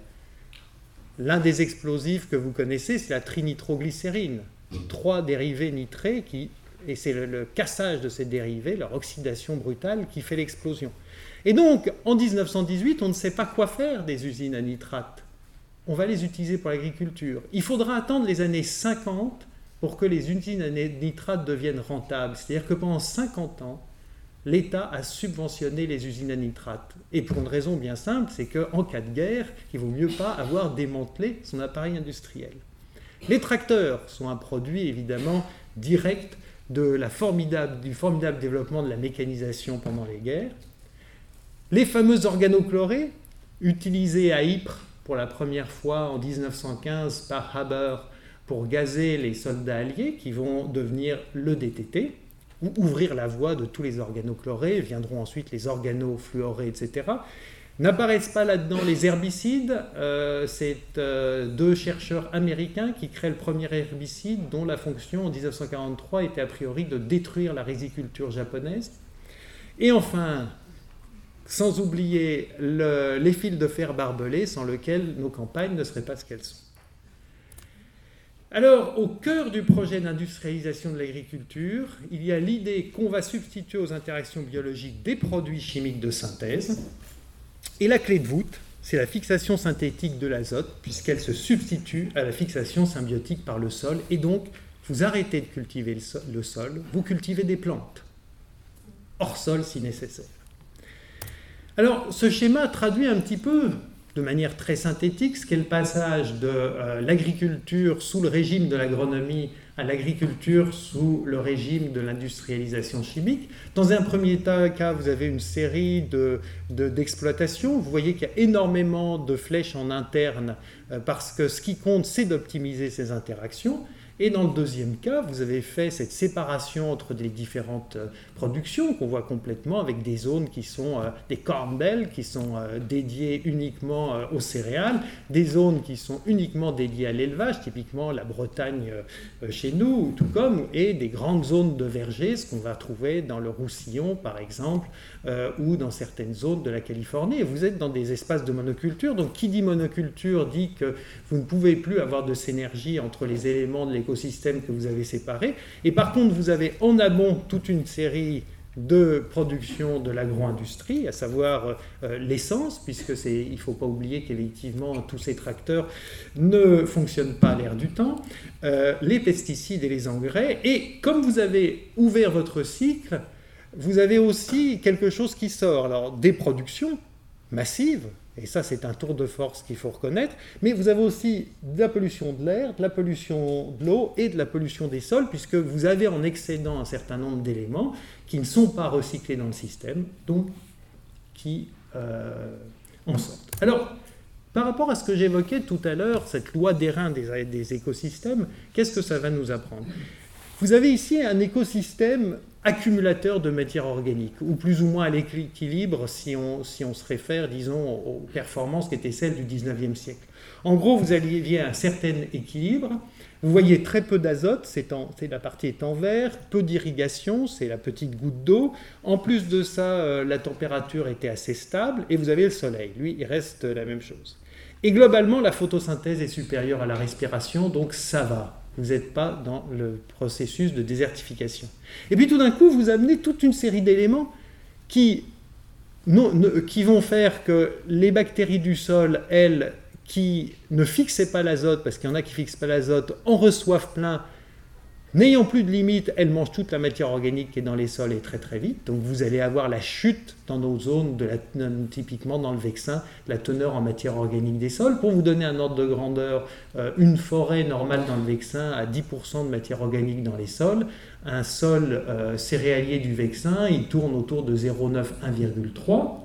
L'un des explosifs que vous connaissez, c'est la trinitroglycérine. Trois dérivés nitrés, qui, et c'est le, le cassage de ces dérivés, leur oxydation brutale, qui fait l'explosion. Et donc, en dix-neuf cent dix-huit, on ne sait pas quoi faire des usines à nitrates. On va les utiliser pour l'agriculture. Il faudra attendre les années cinquante pour que les usines à nitrates deviennent rentables. C'est-à-dire que pendant cinquante ans, l'État a subventionné les usines à nitrates. Et pour une raison bien simple, c'est qu'en cas de guerre, il ne vaut mieux pas avoir démantelé son appareil industriel. Les tracteurs sont un produit évidemment direct de la formidable, du formidable développement de la mécanisation pendant les guerres. Les fameux organochlorés, utilisés à Ypres pour la première fois en dix-neuf cent quinze par Haber pour gazer les soldats alliés qui vont devenir le D T T, ou ouvrir la voie de tous les organochlorés, viendront ensuite les organofluorés, et cetera. N'apparaissent pas là-dedans les herbicides, euh, c'est euh, deux chercheurs américains qui créent le premier herbicide dont la fonction en dix-neuf cent quarante-trois était a priori de détruire la riziculture japonaise. Et enfin, sans oublier le, les fils de fer barbelés sans lesquels nos campagnes ne seraient pas ce qu'elles sont. Alors, au cœur du projet d'industrialisation de l'agriculture, il y a l'idée qu'on va substituer aux interactions biologiques des produits chimiques de synthèse. Et la clé de voûte, c'est la fixation synthétique de l'azote, puisqu'elle se substitue à la fixation symbiotique par le sol. Et donc, vous arrêtez de cultiver le sol, le sol vous cultivez des plantes, hors sol si nécessaire. Alors, ce schéma traduit un petit peu, de manière très synthétique, ce qu'est le passage de euh, l'agriculture sous le régime de l'agronomie à l'agriculture sous le régime de l'industrialisation chimique. Dans un premier cas, vous avez une série de, de, d'exploitations. Vous voyez qu'il y a énormément de flèches en interne euh, parce que ce qui compte, c'est d'optimiser ces interactions. Et dans le deuxième cas, vous avez fait cette séparation entre les différentes productions qu'on voit complètement avec des zones qui sont euh, des corn belts qui sont euh, dédiées uniquement euh, aux céréales, des zones qui sont uniquement dédiées à l'élevage, typiquement la Bretagne euh, chez nous, tout comme, et des grandes zones de vergers, ce qu'on va trouver dans le Roussillon par exemple, euh, ou dans certaines zones de la Californie. Et vous êtes dans des espaces de monoculture, donc qui dit monoculture dit que vous ne pouvez plus avoir de synergie entre les éléments de l'écosystème que vous avez séparés. Et par contre, vous avez en amont toute une série de production de l'agro-industrie, à savoir euh, l'essence, puisque c'est, il ne faut pas oublier qu'effectivement tous ces tracteurs ne fonctionnent pas à l'ère du temps, euh, les pesticides et les engrais. Et comme vous avez ouvert votre cycle, vous avez aussi quelque chose qui sort. Alors, des productions massives, et ça, c'est un tour de force qu'il faut reconnaître. Mais vous avez aussi de la pollution de l'air, de la pollution de l'eau et de la pollution des sols, puisque vous avez en excédent un certain nombre d'éléments qui ne sont pas recyclés dans le système, donc qui euh, en sortent. Alors, par rapport à ce que j'évoquais tout à l'heure, cette loi d'airain des, des écosystèmes, qu'est-ce que ça va nous apprendre ? Vous avez ici un écosystème accumulateur de matière organique, ou plus ou moins à l'équilibre si on, si on se réfère, disons, aux performances qui étaient celles du dix-neuvième siècle. En gros, vous aviez un certain équilibre. Vous voyez très peu d'azote, c'est, en, c'est la partie est en vert, peu d'irrigation, c'est la petite goutte d'eau. En plus de ça, euh, la température était assez stable, et vous avez le soleil. Lui, il reste la même chose. Et globalement, la photosynthèse est supérieure à la respiration, donc ça va. Vous n'êtes pas dans le processus de désertification. Et puis tout d'un coup, vous amenez toute une série d'éléments qui, non, ne, qui vont faire que les bactéries du sol, elles, qui ne fixaient pas l'azote, parce qu'il y en a qui ne fixent pas l'azote, en reçoivent plein. N'ayant plus de limite, elles mangent toute la matière organique qui est dans les sols et très très vite. Donc vous allez avoir la chute dans nos zones, de la, typiquement dans le Vexin, la teneur en matière organique des sols. Pour vous donner un ordre de grandeur, euh, une forêt normale dans le Vexin a dix pour cent de matière organique dans les sols. Un sol euh, céréalier du Vexin, il tourne autour de zéro virgule neuf à un virgule trois.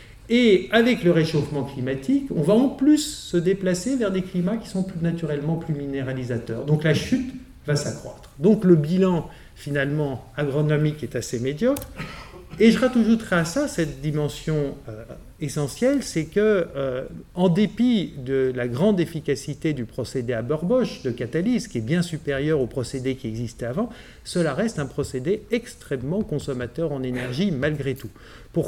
Et avec le réchauffement climatique, on va en plus se déplacer vers des climats qui sont plus naturellement plus minéralisateurs. Donc la chute va s'accroître. Donc le bilan, finalement, agronomique est assez médiocre. Et je rajouterai à ça cette dimension euh, essentielle, c'est que, euh, en dépit de la grande efficacité du procédé Haber-Bosch de catalyse, qui est bien supérieur au procédé qui existait avant, cela reste un procédé extrêmement consommateur en énergie malgré tout. Pourquoi ?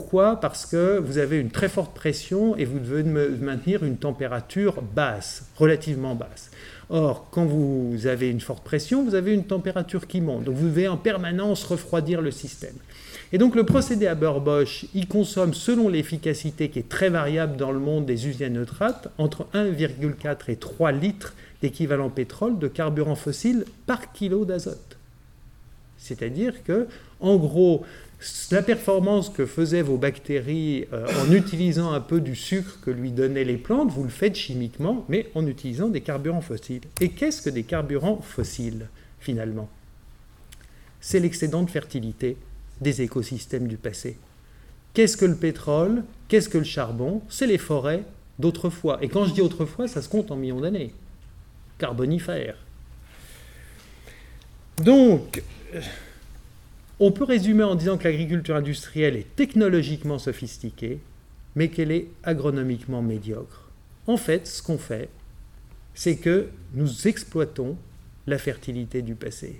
Parce que vous avez une très forte pression et vous devez maintenir une température basse, relativement basse. Or, quand vous avez une forte pression, vous avez une température qui monte. Donc vous devez en permanence refroidir le système. Et donc le procédé Haber-Bosch, il consomme, selon l'efficacité qui est très variable dans le monde des usines à nitrates, entre un virgule quatre et trois litres d'équivalent pétrole de carburant fossile par kilo d'azote. C'est-à-dire que, en gros, la performance que faisaient vos bactéries euh, en utilisant un peu du sucre que lui donnaient les plantes, vous le faites chimiquement, mais en utilisant des carburants fossiles. Et qu'est-ce que des carburants fossiles, finalement ? C'est l'excédent de fertilité des écosystèmes du passé. Qu'est-ce que le pétrole ? Qu'est-ce que le charbon ? C'est les forêts d'autrefois. Et quand je dis autrefois, ça se compte en millions d'années. Carbonifères. Donc, on peut résumer en disant que l'agriculture industrielle est technologiquement sophistiquée, mais qu'elle est agronomiquement médiocre. En fait, ce qu'on fait, c'est que nous exploitons la fertilité du passé.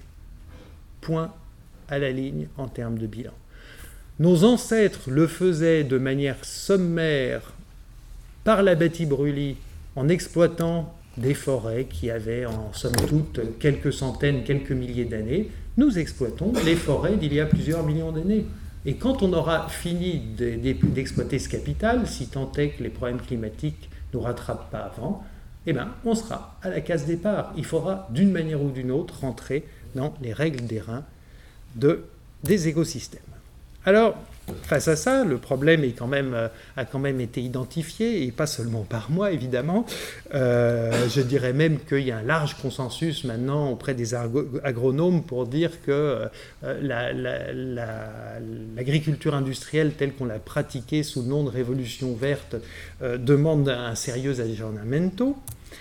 Point à la ligne en termes de bilan. Nos ancêtres le faisaient de manière sommaire par la bâti-brûlis en exploitant des forêts qui avaient en somme toute quelques centaines, quelques milliers d'années. Nous exploitons les forêts d'il y a plusieurs millions d'années. Et quand on aura fini d'exploiter ce capital, si tant est que les problèmes climatiques ne nous rattrapent pas avant, eh ben, on sera à la case départ. Il faudra d'une manière ou d'une autre rentrer dans les règles des reins de, des écosystèmes. Alors, face à ça, le problème est quand même, euh, a quand même été identifié, et pas seulement par moi, évidemment. Euh, je dirais même qu'il y a un large consensus maintenant auprès des agronomes pour dire que euh, la, la, la, l'agriculture industrielle telle qu'on l'a pratiquée sous le nom de révolution verte euh, demande un sérieux aggiornamento.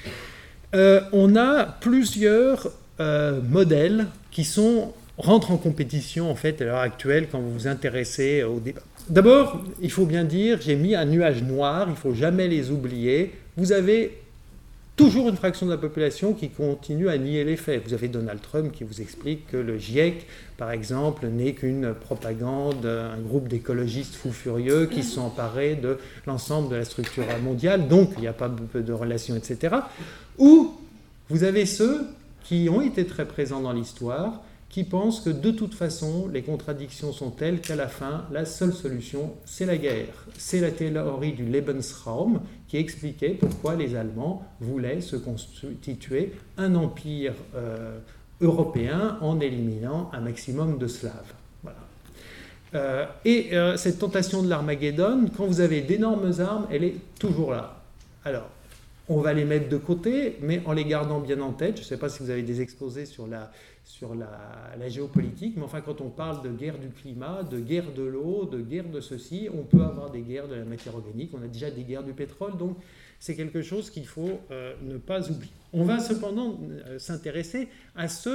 Euh, on a plusieurs euh, modèles qui sont rentre en compétition en fait à l'heure actuelle quand vous vous intéressez au débat. D'abord, il faut bien dire, j'ai mis un nuage noir, il ne faut jamais les oublier. Vous avez toujours une fraction de la population qui continue à nier les faits. Vous avez Donald Trump qui vous explique que le GIEC, par exemple, n'est qu'une propagande, un groupe d'écologistes fous furieux qui se sont emparés de l'ensemble de la structure mondiale, donc il n'y a pas de relation, et cetera. Ou vous avez ceux qui ont été très présents dans l'histoire, qui pensent que de toute façon, les contradictions sont telles qu'à la fin, la seule solution, c'est la guerre. C'est la théorie du Lebensraum qui expliquait pourquoi les Allemands voulaient se constituer un empire euh, européen en éliminant un maximum de Slaves. Voilà. Euh, et euh, cette tentation de l'Armageddon, quand vous avez d'énormes armes, elle est toujours là. Alors, on va les mettre de côté, mais en les gardant bien en tête. Je ne sais pas si vous avez des exposés sur la, sur la, la géopolitique, mais enfin, quand on parle de guerre du climat, de guerre de l'eau, de guerre de ceci, on peut avoir des guerres de la matière organique. On a déjà des guerres du pétrole, donc c'est quelque chose qu'il faut euh, ne pas oublier. On va cependant euh, s'intéresser à ceux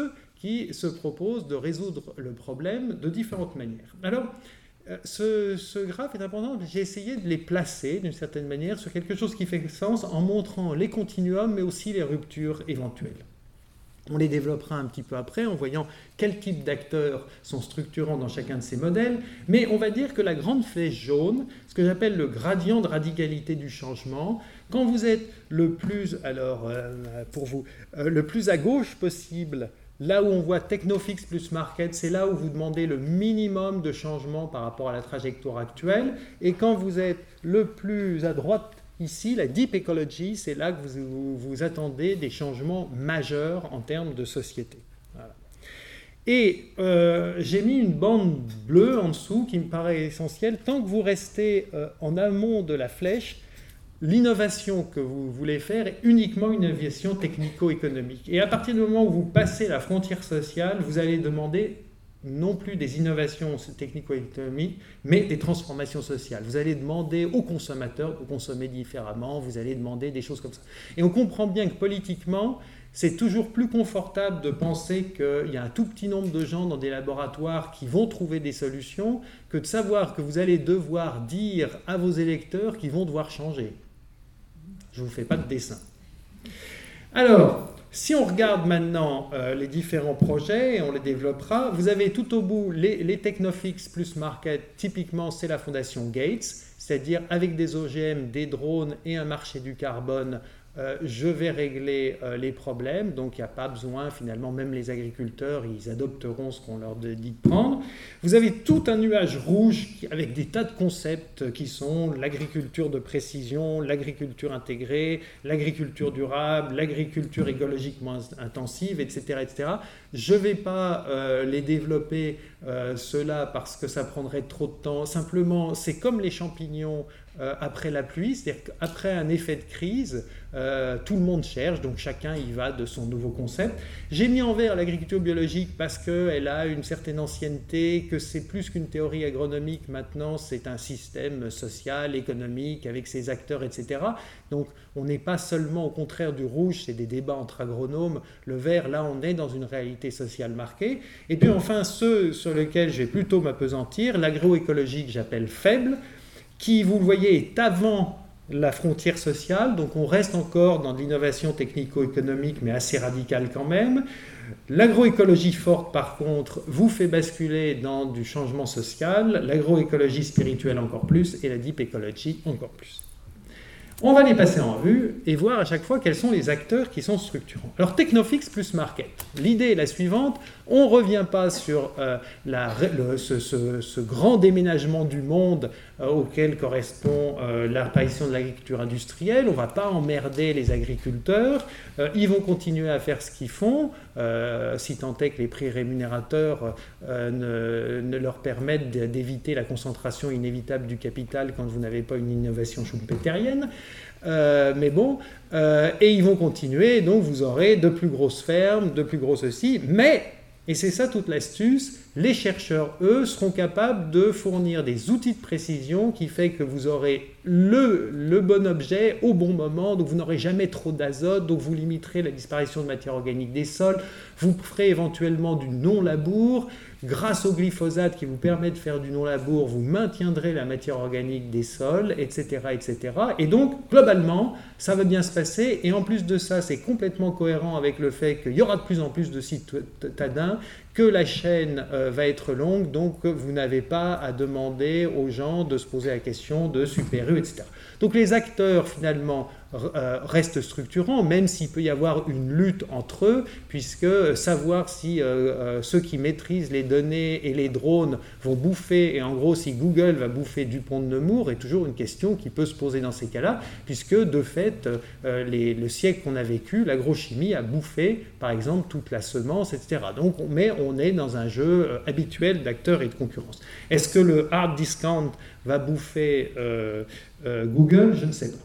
qui se propose de résoudre le problème de différentes manières. Alors, ce, ce graphe est important, j'ai essayé de les placer d'une certaine manière sur quelque chose qui fait sens en montrant les continuums mais aussi les ruptures éventuelles. On les développera un petit peu après en voyant quel type d'acteurs sont structurants dans chacun de ces modèles, mais on va dire que la grande flèche jaune, ce que j'appelle le gradient de radicalité du changement, quand vous êtes le plus, alors euh, pour vous, euh, le plus à gauche possible, là où on voit Technofix plus Market, c'est là où vous demandez le minimum de changement par rapport à la trajectoire actuelle, et quand vous êtes le plus à droite, ici, la Deep Ecology, c'est là que vous, vous, vous attendez des changements majeurs en termes de société. Voilà. Et euh, j'ai mis une bande bleue en dessous qui me paraît essentielle. Tant que vous restez euh, en amont de la flèche, l'innovation que vous voulez faire est uniquement une innovation technico-économique. Et à partir du moment où vous passez la frontière sociale, vous allez demander non plus des innovations technico-économiques, mais des transformations sociales. Vous allez demander aux consommateurs de consommer différemment, vous allez demander des choses comme ça. Et on comprend bien que politiquement, c'est toujours plus confortable de penser qu'il y a un tout petit nombre de gens dans des laboratoires qui vont trouver des solutions que de savoir que vous allez devoir dire à vos électeurs qu'ils vont devoir changer. Je ne vous fais pas de dessin. Alors, si on regarde maintenant euh, les différents projets, et on les développera, vous avez tout au bout les, les Technofix plus Market, typiquement c'est la fondation Gates, c'est-à-dire avec des O G M, des drones et un marché du carbone, euh, je vais régler euh, les problèmes, donc il n'y a pas besoin, finalement, même les agriculteurs, ils adopteront ce qu'on leur dit de prendre. Vous avez tout un nuage rouge avec des tas de concepts qui sont l'agriculture de précision, l'agriculture intégrée, l'agriculture durable, l'agriculture écologiquement intensive, et cetera et cetera. Je ne vais pas euh, les développer, euh, ceux-là, parce que ça prendrait trop de temps. Simplement, c'est comme les champignons euh, après la pluie, c'est-à-dire qu'après un effet de crise, euh, tout le monde cherche, donc chacun y va de son nouveau concept. J'ai mis en vert l'agriculture biologique parce qu'elle a une certaine ancienneté, que c'est plus qu'une théorie agronomique, maintenant c'est un système social, économique, avec ses acteurs, et cetera. Donc on n'est pas seulement au contraire du rouge, c'est des débats entre agronomes. Le vert, là on est dans une réalité sociale marquée. Et puis enfin ceux sur lesquels je vais plutôt m'appesantir, l'agroécologie que j'appelle faible, qui, vous le voyez, est avant la frontière sociale, donc on reste encore dans de l'innovation technico-économique, mais assez radicale quand même. L'agroécologie forte, par contre, vous fait basculer dans du changement social, l'agroécologie spirituelle encore plus, et la deep ecology encore plus. On va les passer en revue et voir à chaque fois quels sont les acteurs qui sont structurants. Alors, Technofix plus Market. L'idée est la suivante, on ne revient pas sur euh, la, le, ce, ce, ce grand déménagement du monde euh, auquel correspond euh, l'apparition de l'agriculture industrielle, on ne va pas emmerder les agriculteurs, euh, ils vont continuer à faire ce qu'ils font, euh, si tant est que les prix rémunérateurs euh, ne, ne leur permettent d'éviter la concentration inévitable du capital quand vous n'avez pas une innovation schumpeterienne. Euh, mais bon, euh, et ils vont continuer, donc vous aurez de plus grosses fermes, de plus gros ceci, mais, et c'est ça toute l'astuce, les chercheurs, eux, seront capables de fournir des outils de précision qui fait que vous aurez le, le bon objet au bon moment, donc vous n'aurez jamais trop d'azote, donc vous limiterez la disparition de matière organique des sols, vous ferez éventuellement du non-labour, grâce au glyphosate qui vous permet de faire du non-labour, vous maintiendrez la matière organique des sols, et cetera, et cetera. Et donc, globalement, ça va bien se passer. Et en plus de ça, c'est complètement cohérent avec le fait qu'il y aura de plus en plus de citadins, que la chaîne euh, va être longue, donc vous n'avez pas à demander aux gens de se poser la question de Super U, et cetera. Donc les acteurs, finalement, euh, restent structurants, même s'il peut y avoir une lutte entre eux, puisque savoir si euh, euh, ceux qui maîtrisent les données et les drones vont bouffer, et en gros si Google va bouffer Dupont de Nemours, est toujours une question qui peut se poser dans ces cas-là, puisque de fait, euh, les, le siècle qu'on a vécu, l'agrochimie a bouffé, par exemple, toute la semence, et cetera. Donc, mais on est dans un jeu euh, habituel d'acteurs et de concurrence. Est-ce que le hard discount va bouffer euh, euh, Google? Je ne sais pas.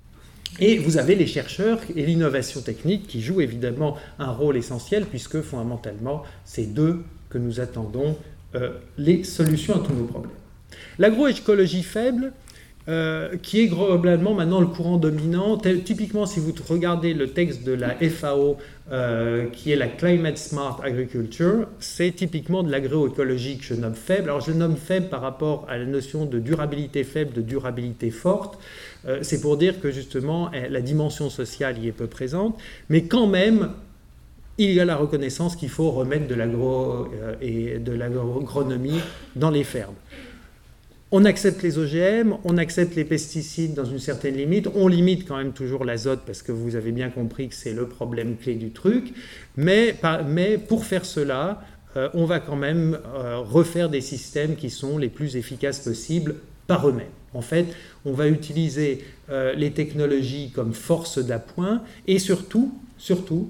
Et vous avez les chercheurs et l'innovation technique qui jouent évidemment un rôle essentiel, puisque fondamentalement, c'est d'eux que nous attendons euh, les solutions à tous nos problèmes. L'agroécologie faible, euh, qui est globalement maintenant le courant dominant. Tel, typiquement, si vous regardez le texte de la F A O, euh, qui est la Climate Smart Agriculture, c'est typiquement de l'agroécologie que je nomme faible. Alors je nomme faible par rapport à la notion de durabilité faible, de durabilité forte. Euh, c'est pour dire que justement, la dimension sociale y est peu présente, mais quand même, il y a la reconnaissance qu'il faut remettre de l'agro euh, et de l'agronomie dans les fermes. On accepte les O G M, on accepte les pesticides dans une certaine limite, on limite quand même toujours l'azote parce que vous avez bien compris que c'est le problème clé du truc, mais, mais pour faire cela, euh, on va quand même euh, refaire des systèmes qui sont les plus efficaces possibles par eux-mêmes. En fait, on va utiliser euh, les technologies comme force d'appoint et surtout, surtout,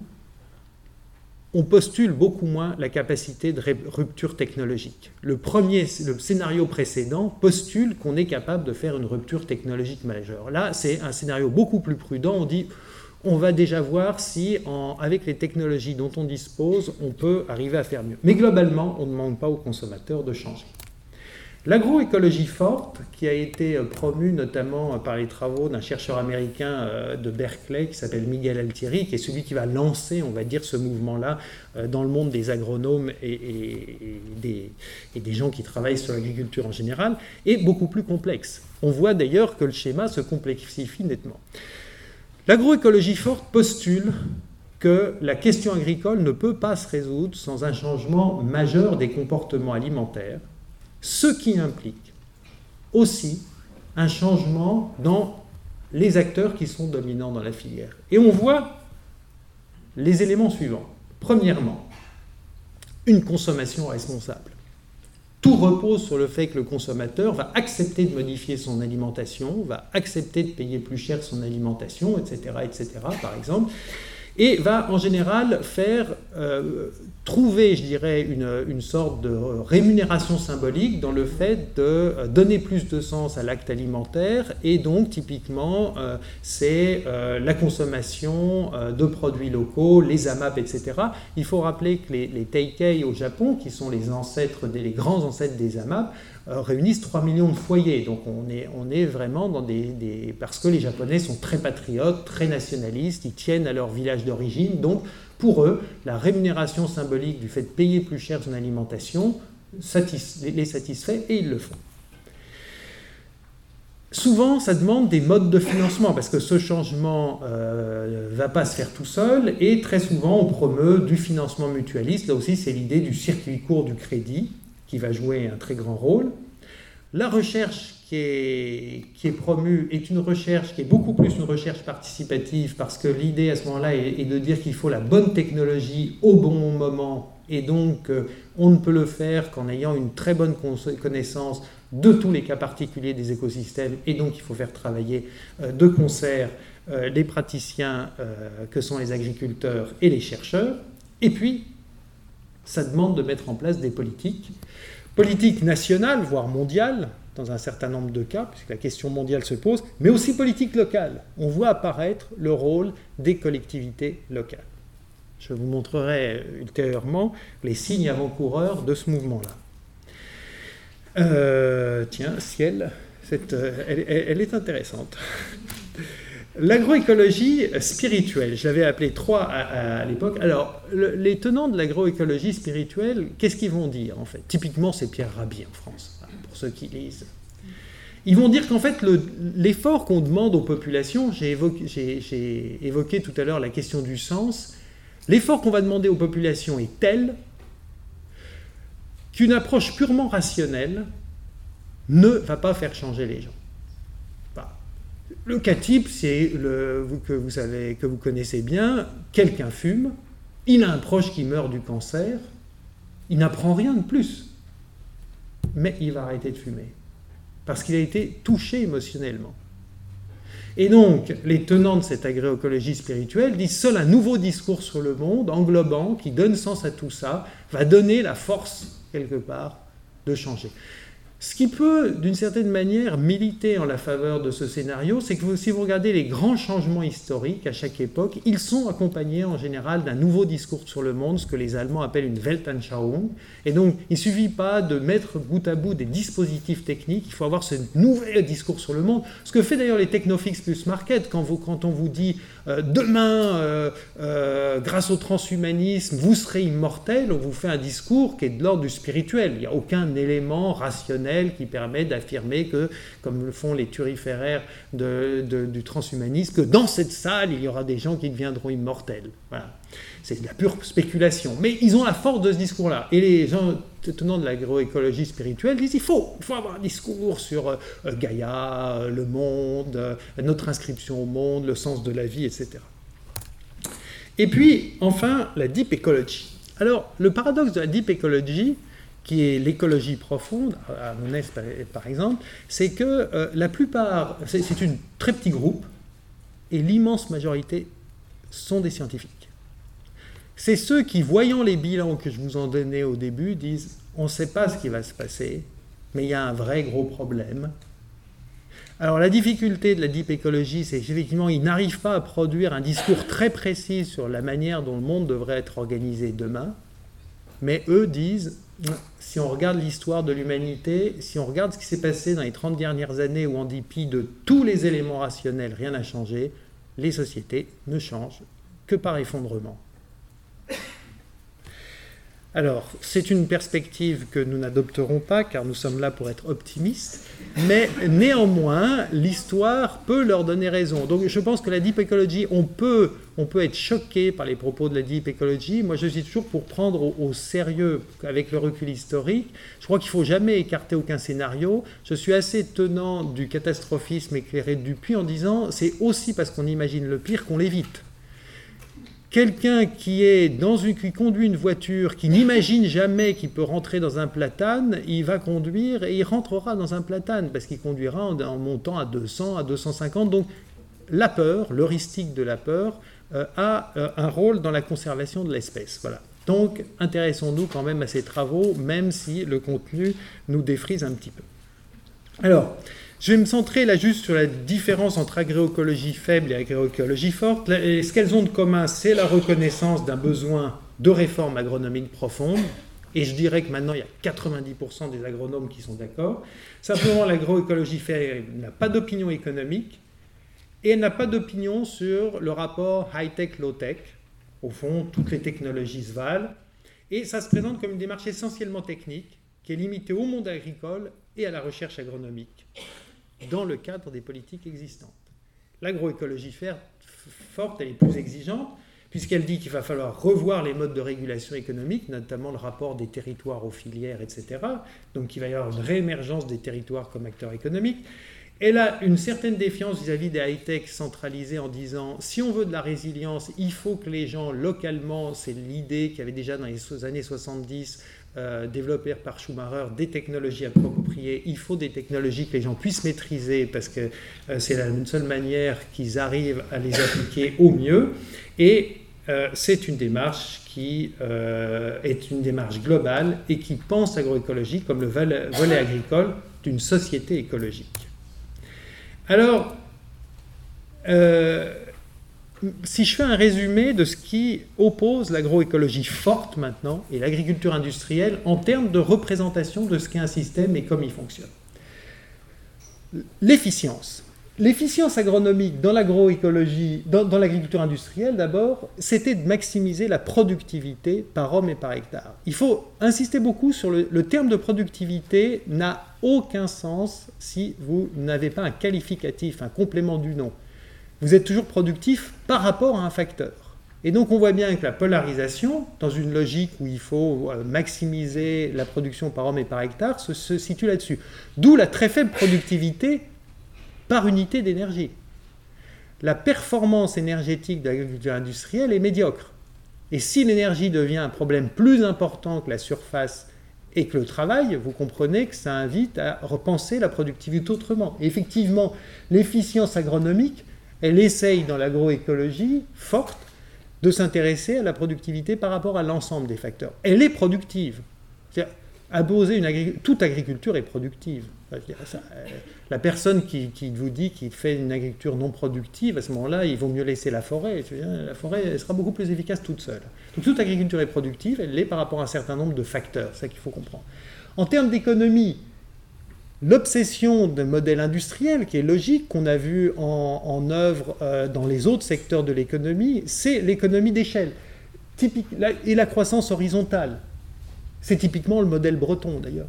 on postule beaucoup moins la capacité de rupture technologique. Le premier, le scénario précédent postule qu'on est capable de faire une rupture technologique majeure. Là, c'est un scénario beaucoup plus prudent. On dit, on va déjà voir si, en, avec les technologies dont on dispose, on peut arriver à faire mieux. Mais globalement, on ne demande pas aux consommateurs de changer. L'agroécologie forte, qui a été promue notamment par les travaux d'un chercheur américain de Berkeley qui s'appelle Miguel Altieri, qui est celui qui va lancer, on va dire, ce mouvement-là dans le monde des agronomes et, et, et, des, et des gens qui travaillent sur l'agriculture en général, est beaucoup plus complexe. On voit d'ailleurs que le schéma se complexifie nettement. L'agroécologie forte postule que la question agricole ne peut pas se résoudre sans un changement majeur des comportements alimentaires, ce qui implique aussi un changement dans les acteurs qui sont dominants dans la filière. Et on voit les éléments suivants. Premièrement, une consommation responsable. Tout repose sur le fait que le consommateur va accepter de modifier son alimentation, va accepter de payer plus cher son alimentation, et cetera, et cetera, par exemple, et va en général faire euh, trouver, je dirais, une, une sorte de rémunération symbolique dans le fait de donner plus de sens à l'acte alimentaire, et donc typiquement euh, c'est euh, la consommation euh, de produits locaux, les A M A P, et cetera. Il faut rappeler que les, les Teikei au Japon, qui sont les ancêtres, des, les grands ancêtres des A M A P, Euh, réunissent trois millions de foyers. Donc on est, on est vraiment dans des, des... Parce que les Japonais sont très patriotes, très nationalistes, ils tiennent à leur village d'origine. Donc pour eux, la rémunération symbolique du fait de payer plus cher son alimentation satis... les satisfait et ils le font. Souvent, ça demande des modes de financement parce que ce changement ne euh, va pas se faire tout seul et très souvent on promeut du financement mutualiste. Là aussi, c'est l'idée du circuit court du crédit qui va jouer un très grand rôle. La recherche qui est, qui est promue est une recherche qui est beaucoup plus une recherche participative parce que l'idée à ce moment-là est, est de dire qu'il faut la bonne technologie au bon moment et donc euh, on ne peut le faire qu'en ayant une très bonne connaissance de tous les cas particuliers des écosystèmes et donc il faut faire travailler euh, de concert euh, les praticiens euh, que sont les agriculteurs et les chercheurs. Et puis, ça demande de mettre en place des politiques, politiques nationales, voire mondiales, dans un certain nombre de cas, puisque la question mondiale se pose, mais aussi politiques locales. On voit apparaître le rôle des collectivités locales. Je vous montrerai ultérieurement les signes avant-coureurs de ce mouvement-là. Euh, tiens, ciel, cette, elle, elle est intéressante. L'agroécologie spirituelle, je l'avais appelée trois à, à l'époque. Alors, le, les tenants de l'agroécologie spirituelle, qu'est-ce qu'ils vont dire en fait? Typiquement, c'est Pierre Rabhi en France, pour ceux qui lisent. Ils vont dire qu'en fait, le, l'effort qu'on demande aux populations, j'ai évoqué, j'ai, j'ai évoqué tout à l'heure la question du sens, l'effort qu'on va demander aux populations est tel qu'une approche purement rationnelle ne va pas faire changer les gens. Le cas type, c'est le, que, vous savez, que vous connaissez bien, quelqu'un fume, il a un proche qui meurt du cancer, il n'apprend rien de plus, mais il va arrêter de fumer, parce qu'il a été touché émotionnellement. Et donc, les tenants de cette agroécologie spirituelle disent seul un nouveau discours sur le monde, englobant, qui donne sens à tout ça, va donner la force, quelque part, de changer. Ce qui peut, d'une certaine manière, militer en la faveur de ce scénario, c'est que vous, si vous regardez les grands changements historiques à chaque époque, ils sont accompagnés en général d'un nouveau discours sur le monde, ce que les Allemands appellent une Weltanschauung. Et donc, il ne suffit pas de mettre bout à bout des dispositifs techniques, il faut avoir ce nouvel discours sur le monde. Ce que fait d'ailleurs les Technofix plus Market, quand, vous, quand on vous dit euh, demain, euh, euh, grâce au transhumanisme, vous serez immortel, on vous fait un discours qui est de l'ordre du spirituel. Il n'y a aucun élément rationnel qui permet d'affirmer que, comme le font les turiféraires de, de, du transhumanisme, que dans cette salle, il y aura des gens qui deviendront immortels. Voilà. C'est de la pure spéculation. Mais ils ont la force de ce discours-là. Et les gens tenant de l'agroécologie spirituelle disent qu'il faut, il faut avoir un discours sur euh, Gaïa, euh, le monde, euh, notre inscription au monde, le sens de la vie, et cetera. Et puis, enfin, la deep ecology. Alors, le paradoxe de la deep ecology, qui est l'écologie profonde, à mon avis par exemple, c'est que euh, la plupart, c'est, c'est un très petit groupe, et l'immense majorité sont des scientifiques. C'est ceux qui, voyant les bilans que je vous en donnais au début, disent « on ne sait pas ce qui va se passer, mais il y a un vrai gros problème ». Alors la difficulté de la deep ecology, c'est qu'effectivement, ils n'arrivent pas à produire un discours très précis sur la manière dont le monde devrait être organisé demain, mais eux disent, si on regarde l'histoire de l'humanité, si on regarde ce qui s'est passé dans les trente dernières années où en dépit de tous les éléments rationnels, rien n'a changé, les sociétés ne changent que par effondrement. Alors, c'est une perspective que nous n'adopterons pas, car nous sommes là pour être optimistes, mais néanmoins, l'histoire peut leur donner raison. Donc, je pense que la deep ecology, on peut, on peut être choqué par les propos de la deep ecology. Moi, je suis toujours pour prendre au, au sérieux, avec le recul historique. Je crois qu'il ne faut jamais écarter aucun scénario. Je suis assez tenant du catastrophisme éclairé de Dupuy en disant, c'est aussi parce qu'on imagine le pire qu'on l'évite. Quelqu'un qui est dans une, qui conduit une voiture, qui n'imagine jamais qu'il peut rentrer dans un platane, il va conduire et il rentrera dans un platane parce qu'il conduira en, en montant à deux cents, à deux cent cinquante. Donc la peur, l'heuristique de la peur, euh, a euh, un rôle dans la conservation de l'espèce. Voilà. Donc intéressons-nous quand même à ces travaux, même si le contenu nous défrise un petit peu. Alors, je vais me centrer là juste sur la différence entre agroécologie faible et agroécologie forte. Et ce qu'elles ont de commun, c'est la reconnaissance d'un besoin de réforme agronomique profonde. Et je dirais que maintenant, il y a quatre-vingt-dix pour cent des agronomes qui sont d'accord. Simplement, l'agroécologie faible n'a pas d'opinion économique et elle n'a pas d'opinion sur le rapport high-tech, low-tech. Au fond, toutes les technologies se valent. Et ça se présente comme une démarche essentiellement technique qui est limitée au monde agricole et à la recherche agronomique, dans le cadre des politiques existantes. L'agroécologie forte, elle est plus exigeante, puisqu'elle dit qu'il va falloir revoir les modes de régulation économique, notamment le rapport des territoires aux filières, et cetera. Donc il va y avoir une réémergence des territoires comme acteurs économiques. Elle a une certaine défiance vis-à-vis des high-tech centralisés en disant, si on veut de la résilience, il faut que les gens localement, c'est l'idée qu'il y avait déjà dans les années soixante-dix, Euh, développées par Schumacher, des technologies appropriées. Il faut des technologies que les gens puissent maîtriser parce que euh, c'est la seule manière qu'ils arrivent à les appliquer au mieux. Et euh, c'est une démarche qui euh, est une démarche globale et qui pense l'agroécologie comme le volet agricole d'une société écologique. Alors, euh, si je fais un résumé de ce qui oppose l'agroécologie forte maintenant et l'agriculture industrielle en termes de représentation de ce qu'est un système et comment il fonctionne. L'efficience. L'efficience agronomique dans l'agroécologie, dans, dans l'agriculture industrielle d'abord, c'était de maximiser la productivité par homme et par hectare. Il faut insister beaucoup sur le, le terme de productivité n'a aucun sens si vous n'avez pas un qualificatif, un complément du nom. Vous êtes toujours productif par rapport à un facteur. Et donc on voit bien que la polarisation, dans une logique où il faut maximiser la production par homme et par hectare, se, se situe là-dessus. D'où la très faible productivité par unité d'énergie. La performance énergétique de l'agriculture industrielle est médiocre. Et si l'énergie devient un problème plus important que la surface et que le travail, vous comprenez que ça invite à repenser la productivité autrement. Et effectivement, l'efficience agronomique, elle essaye dans l'agroécologie forte de s'intéresser à la productivité par rapport à l'ensemble des facteurs. Elle est productive. C'est-à-dire, Imposer une agri- toute agriculture est productive. Enfin, je dirais ça, euh, la personne qui, qui vous dit qu'il fait une agriculture non productive, à ce moment-là, il vaut mieux laisser la forêt. Je veux dire, la forêt elle sera beaucoup plus efficace toute seule. Donc toute agriculture est productive, elle l'est par rapport à un certain nombre de facteurs, c'est ça qu'il faut comprendre. En termes d'économie, l'obsession d'un modèle industriel, qui est logique, qu'on a vu en, en œuvre euh, dans les autres secteurs de l'économie, c'est l'économie d'échelle. Typique, la, et la croissance horizontale. C'est typiquement le modèle breton, d'ailleurs.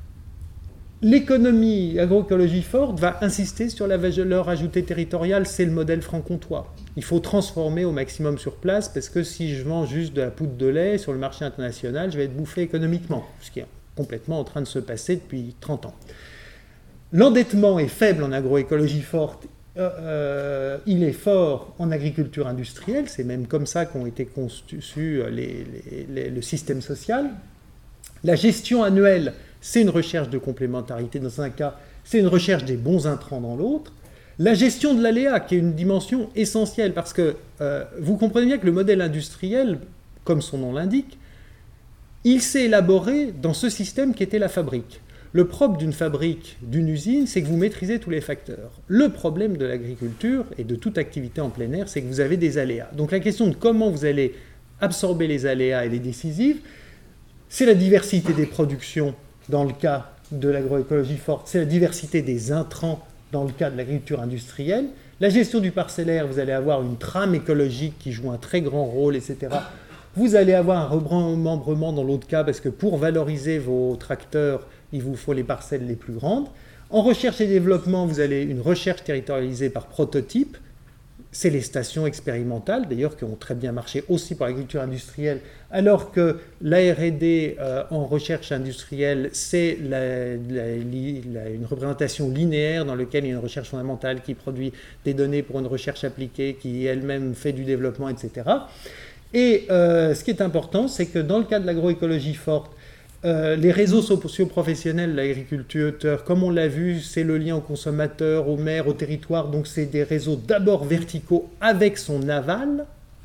L'économie agroécologie forte va insister sur la valeur ajoutée territoriale, c'est le modèle franc-comtois. Il faut transformer au maximum sur place, parce que si je vends juste de la poudre de lait sur le marché international, je vais être bouffé économiquement, ce qui est complètement en train de se passer depuis trente ans. L'endettement est faible en agroécologie forte, euh, euh, il est fort en agriculture industrielle, c'est même comme ça qu'ont été conçus les, les, les, le système social. La gestion annuelle, c'est une recherche de complémentarité dans un cas, c'est une recherche des bons intrants dans l'autre. La gestion de l'aléa, qui est une dimension essentielle, parce que euh, vous comprenez bien que le modèle industriel, comme son nom l'indique, il s'est élaboré dans ce système qui était la fabrique. Le propre d'une fabrique, d'une usine, c'est que vous maîtrisez tous les facteurs. Le problème de l'agriculture et de toute activité en plein air, c'est que vous avez des aléas. Donc la question de comment vous allez absorber les aléas et les décisives, c'est la diversité des productions dans le cas de l'agroécologie forte, c'est la diversité des intrants dans le cas de l'agriculture industrielle. La gestion du parcellaire, vous allez avoir une trame écologique qui joue un très grand rôle, et cetera. Vous allez avoir un remembrement dans l'autre cas, parce que pour valoriser vos tracteurs, il vous faut les parcelles les plus grandes. En recherche et développement, vous avez une recherche territorialisée par prototype. C'est les stations expérimentales, d'ailleurs, qui ont très bien marché aussi pour l'agriculture industrielle, alors que l'A R et D euh, en recherche industrielle, c'est la, la, la, une représentation linéaire dans laquelle il y a une recherche fondamentale qui produit des données pour une recherche appliquée, qui elle-même fait du développement, et cetera. Et euh, ce qui est important, c'est que dans le cas de l'agroécologie forte, Euh, les réseaux socio-professionnels de l'agriculteur, comme on l'a vu, c'est le lien au consommateur, au maire, au territoire, donc c'est des réseaux d'abord verticaux avec son aval,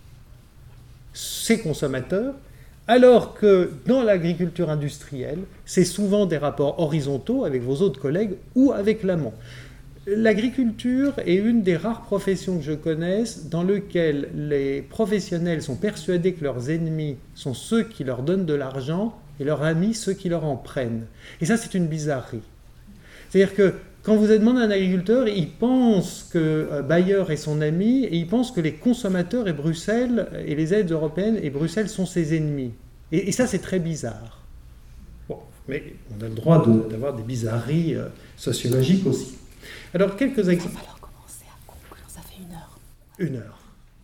ses consommateurs, alors que dans l'agriculture industrielle, c'est souvent des rapports horizontaux avec vos autres collègues ou avec l'amont. L'agriculture est une des rares professions que je connaisse dans lesquelles les professionnels sont persuadés que leurs ennemis sont ceux qui leur donnent de l'argent et leurs amis ceux qui leur en prennent. Et ça, c'est une bizarrerie. C'est-à-dire que quand vous demandez à un agriculteur, il pense que Bayer est son ami et il pense que les consommateurs et Bruxelles et les aides européennes et Bruxelles sont ses ennemis. Et, et ça, c'est très bizarre. Bon, mais on a le droit de, d'avoir des bizarreries euh, sociologiques aussi. Alors, quelques exemples. Il va falloir commencer à conclure, ça fait une heure. Une heure.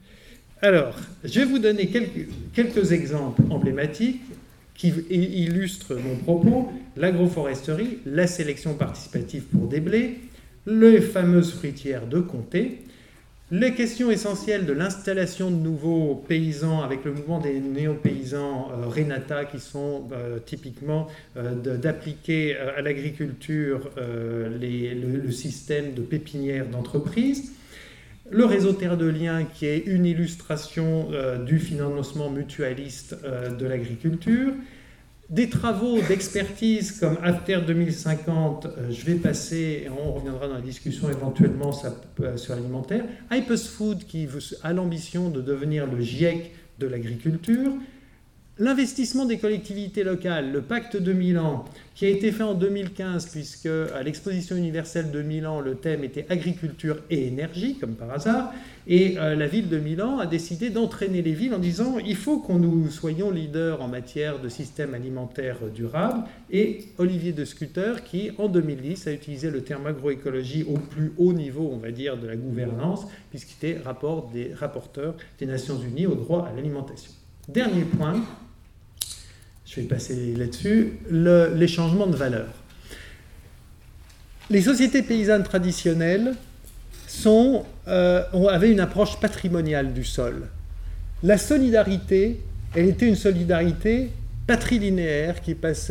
Alors, je vais vous donner quelques, quelques exemples emblématiques qui illustrent mon propos. L'agroforesterie, la sélection participative pour des blés, les fameuses fruitières de comté, les questions essentielles de l'installation de nouveaux paysans avec le mouvement des néo-paysans euh, Renata qui sont euh, typiquement euh, de, d'appliquer euh, à l'agriculture euh, les, le, le système de pépinière d'entreprise. Le réseau Terre de Liens qui est une illustration euh, du financement mutualiste euh, de l'agriculture. Des travaux d'expertise comme After deux mille cinquante, euh, je vais passer, et on reviendra dans la discussion éventuellement ça, euh, sur l'alimentaire. Ipus Food qui a l'ambition de devenir le GIEC de l'agriculture. L'investissement des collectivités locales, le pacte de Milan, qui a été fait en deux mille quinze, puisque à l'exposition universelle de Milan, le thème était agriculture et énergie, comme par hasard, et euh, la ville de Milan a décidé d'entraîner les villes en disant il faut qu'on nous soyons leaders en matière de système alimentaire durable, et Olivier de Scutter, qui en deux mille dix a utilisé le terme agroécologie au plus haut niveau, on va dire, de la gouvernance, puisqu'il était rapport des rapporteurs des Nations Unies au droit à l'alimentation. Dernier point, je vais passer là-dessus, le, les changements de valeur. Les sociétés paysannes traditionnelles sont, euh, avaient une approche patrimoniale du sol. La solidarité, elle était une solidarité patrilinéaire qui passait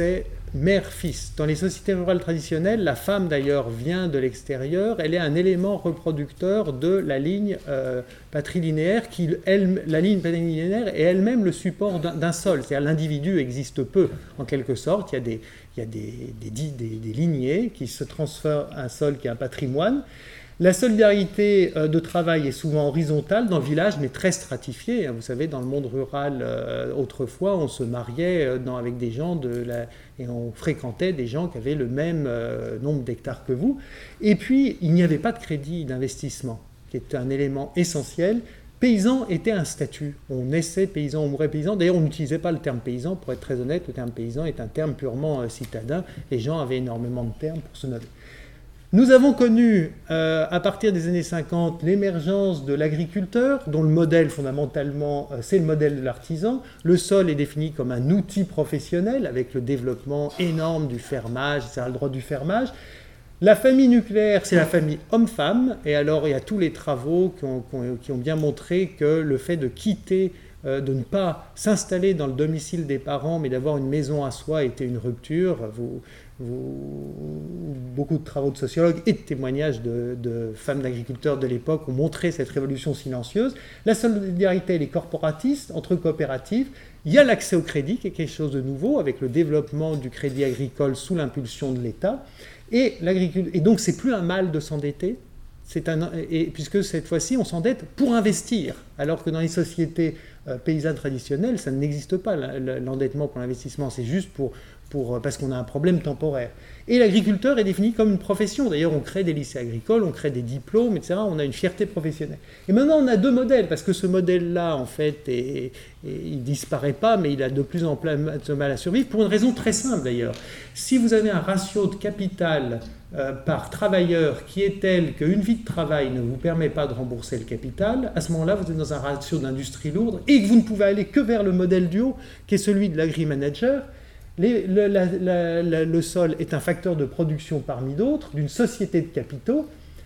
mère-fils. Dans les sociétés rurales traditionnelles, la femme d'ailleurs vient de l'extérieur, elle est un élément reproducteur de la ligne euh, patrilinéaire, qui, elle, la ligne patrilinéaire est elle-même le support d'un, d'un sol, c'est-à-dire l'individu existe peu, en quelque sorte, il y a des, il y a des, des, des, des lignées qui se transfèrent à un sol qui est un patrimoine. La solidarité de travail est souvent horizontale dans le village, mais très stratifiée. Vous savez, dans le monde rural, euh, autrefois, on se mariait dans, avec des gens de la, et on fréquentait des gens qui avaient le même euh, nombre d'hectares que vous. Et puis, il n'y avait pas de crédit d'investissement, qui est un élément essentiel. Paysan était un statut. On naissait paysan, on mourait paysan. D'ailleurs, on n'utilisait pas le terme paysan. Pour être très honnête, le terme paysan est un terme purement euh, citadin. Les gens avaient énormément de termes pour se nommer. Nous avons connu, euh, à partir des années cinquante, l'émergence de l'agriculteur, dont le modèle, fondamentalement, euh, c'est le modèle de l'artisan. Le sol est défini comme un outil professionnel, avec le développement énorme du fermage, c'est le droit du fermage. La famille nucléaire, c'est la famille homme-femme, et alors il y a tous les travaux qui ont, qui ont, qui ont bien montré que le fait de quitter, euh, de ne pas s'installer dans le domicile des parents, mais d'avoir une maison à soi était une rupture. Vous, Vous, beaucoup de travaux de sociologues et de témoignages de, de femmes d'agriculteurs de l'époque ont montré cette révolution silencieuse. La solidarité, elle est corporatiste, entre coopératives. Il y a l'accès au crédit, qui est quelque chose de nouveau, avec le développement du crédit agricole sous l'impulsion de l'État. Et, et donc, c'est plus un mal de s'endetter, c'est un, et, puisque cette fois-ci, on s'endette pour investir, alors que dans les sociétés euh, paysannes traditionnelles, ça n'existe pas, l'endettement pour l'investissement, c'est juste pour... Pour, parce qu'on a un problème temporaire. Et l'agriculteur est défini comme une profession. D'ailleurs, on crée des lycées agricoles, on crée des diplômes, et cetera. On a une fierté professionnelle. Et maintenant, on a deux modèles, parce que ce modèle-là, en fait, est, est, il ne disparaît pas, mais il a de plus en plus de mal à survivre, pour une raison très simple, d'ailleurs. Si vous avez un ratio de capital euh, par travailleur qui est tel qu'une vie de travail ne vous permet pas de rembourser le capital, à ce moment-là, vous êtes dans un ratio d'industrie lourde, et que vous ne pouvez aller que vers le modèle du haut, qui est celui de l'agri-manager. Les, le, la, la, la, le sol est un facteur de production parmi d'autres, d'une société de capitaux.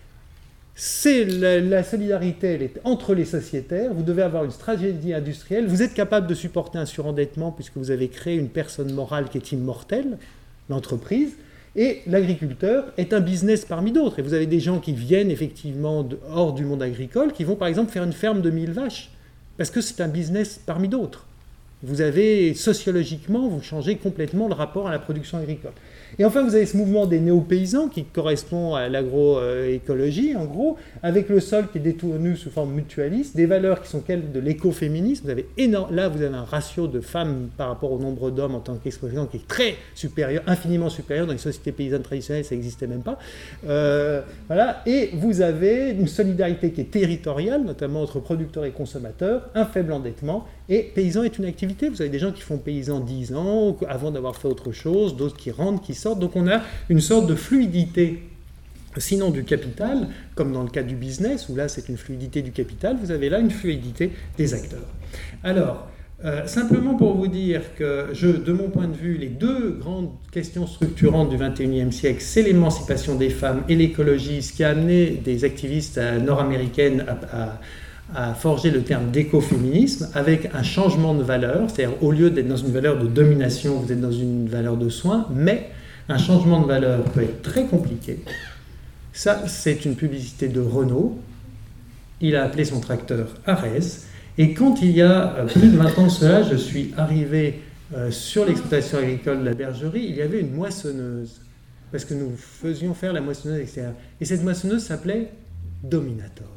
C'est la, la solidarité, elle est entre les sociétaires. Vous devez avoir une stratégie industrielle. Vous êtes capable de supporter un surendettement puisque vous avez créé une personne morale qui est immortelle, l'entreprise. Et l'agriculteur est un business parmi d'autres. Et vous avez des gens qui viennent effectivement de, hors du monde agricole, qui vont par exemple faire une ferme de mille vaches, parce que c'est un business parmi d'autres. Vous avez, sociologiquement, vous changez complètement le rapport à la production agricole. Et enfin, vous avez ce mouvement des néo-paysans qui correspond à l'agroécologie, en gros, avec le sol qui est détourné sous forme mutualiste, des valeurs qui sont celles de l'écoféminisme. Vous avez énorme, là, vous avez un ratio de femmes par rapport au nombre d'hommes en tant qu'expression qui est très supérieur, infiniment supérieur. Dans les sociétés paysannes traditionnelles, ça n'existait même pas. Euh, voilà. Et vous avez une solidarité qui est territoriale, notamment entre producteurs et consommateurs, un faible endettement. Et paysan est une activité. Vous avez des gens qui font paysan dix ans avant d'avoir fait autre chose, d'autres qui rentrent, qui sortent. Donc on a une sorte de fluidité, sinon du capital, comme dans le cas du business, où là c'est une fluidité du capital, vous avez là une fluidité des acteurs. Alors, euh, simplement pour vous dire que, je, de mon point de vue, les deux grandes questions structurantes du vingt et unième siècle, c'est l'émancipation des femmes et l'écologie, ce qui a amené des activistes nord-américaines à... à à forger le terme d'écoféminisme avec un changement de valeur, c'est-à-dire au lieu d'être dans une valeur de domination, vous êtes dans une valeur de soin, mais un changement de valeur peut être très compliqué. Ça, c'est une publicité de Renault. Il a appelé son tracteur Arès. Et quand il y a plus de vingt ans de cela, je suis arrivé euh, sur l'exploitation agricole de la bergerie, il y avait une moissonneuse, parce que nous faisions faire la moissonneuse extérieure. Et cette moissonneuse s'appelait Dominator.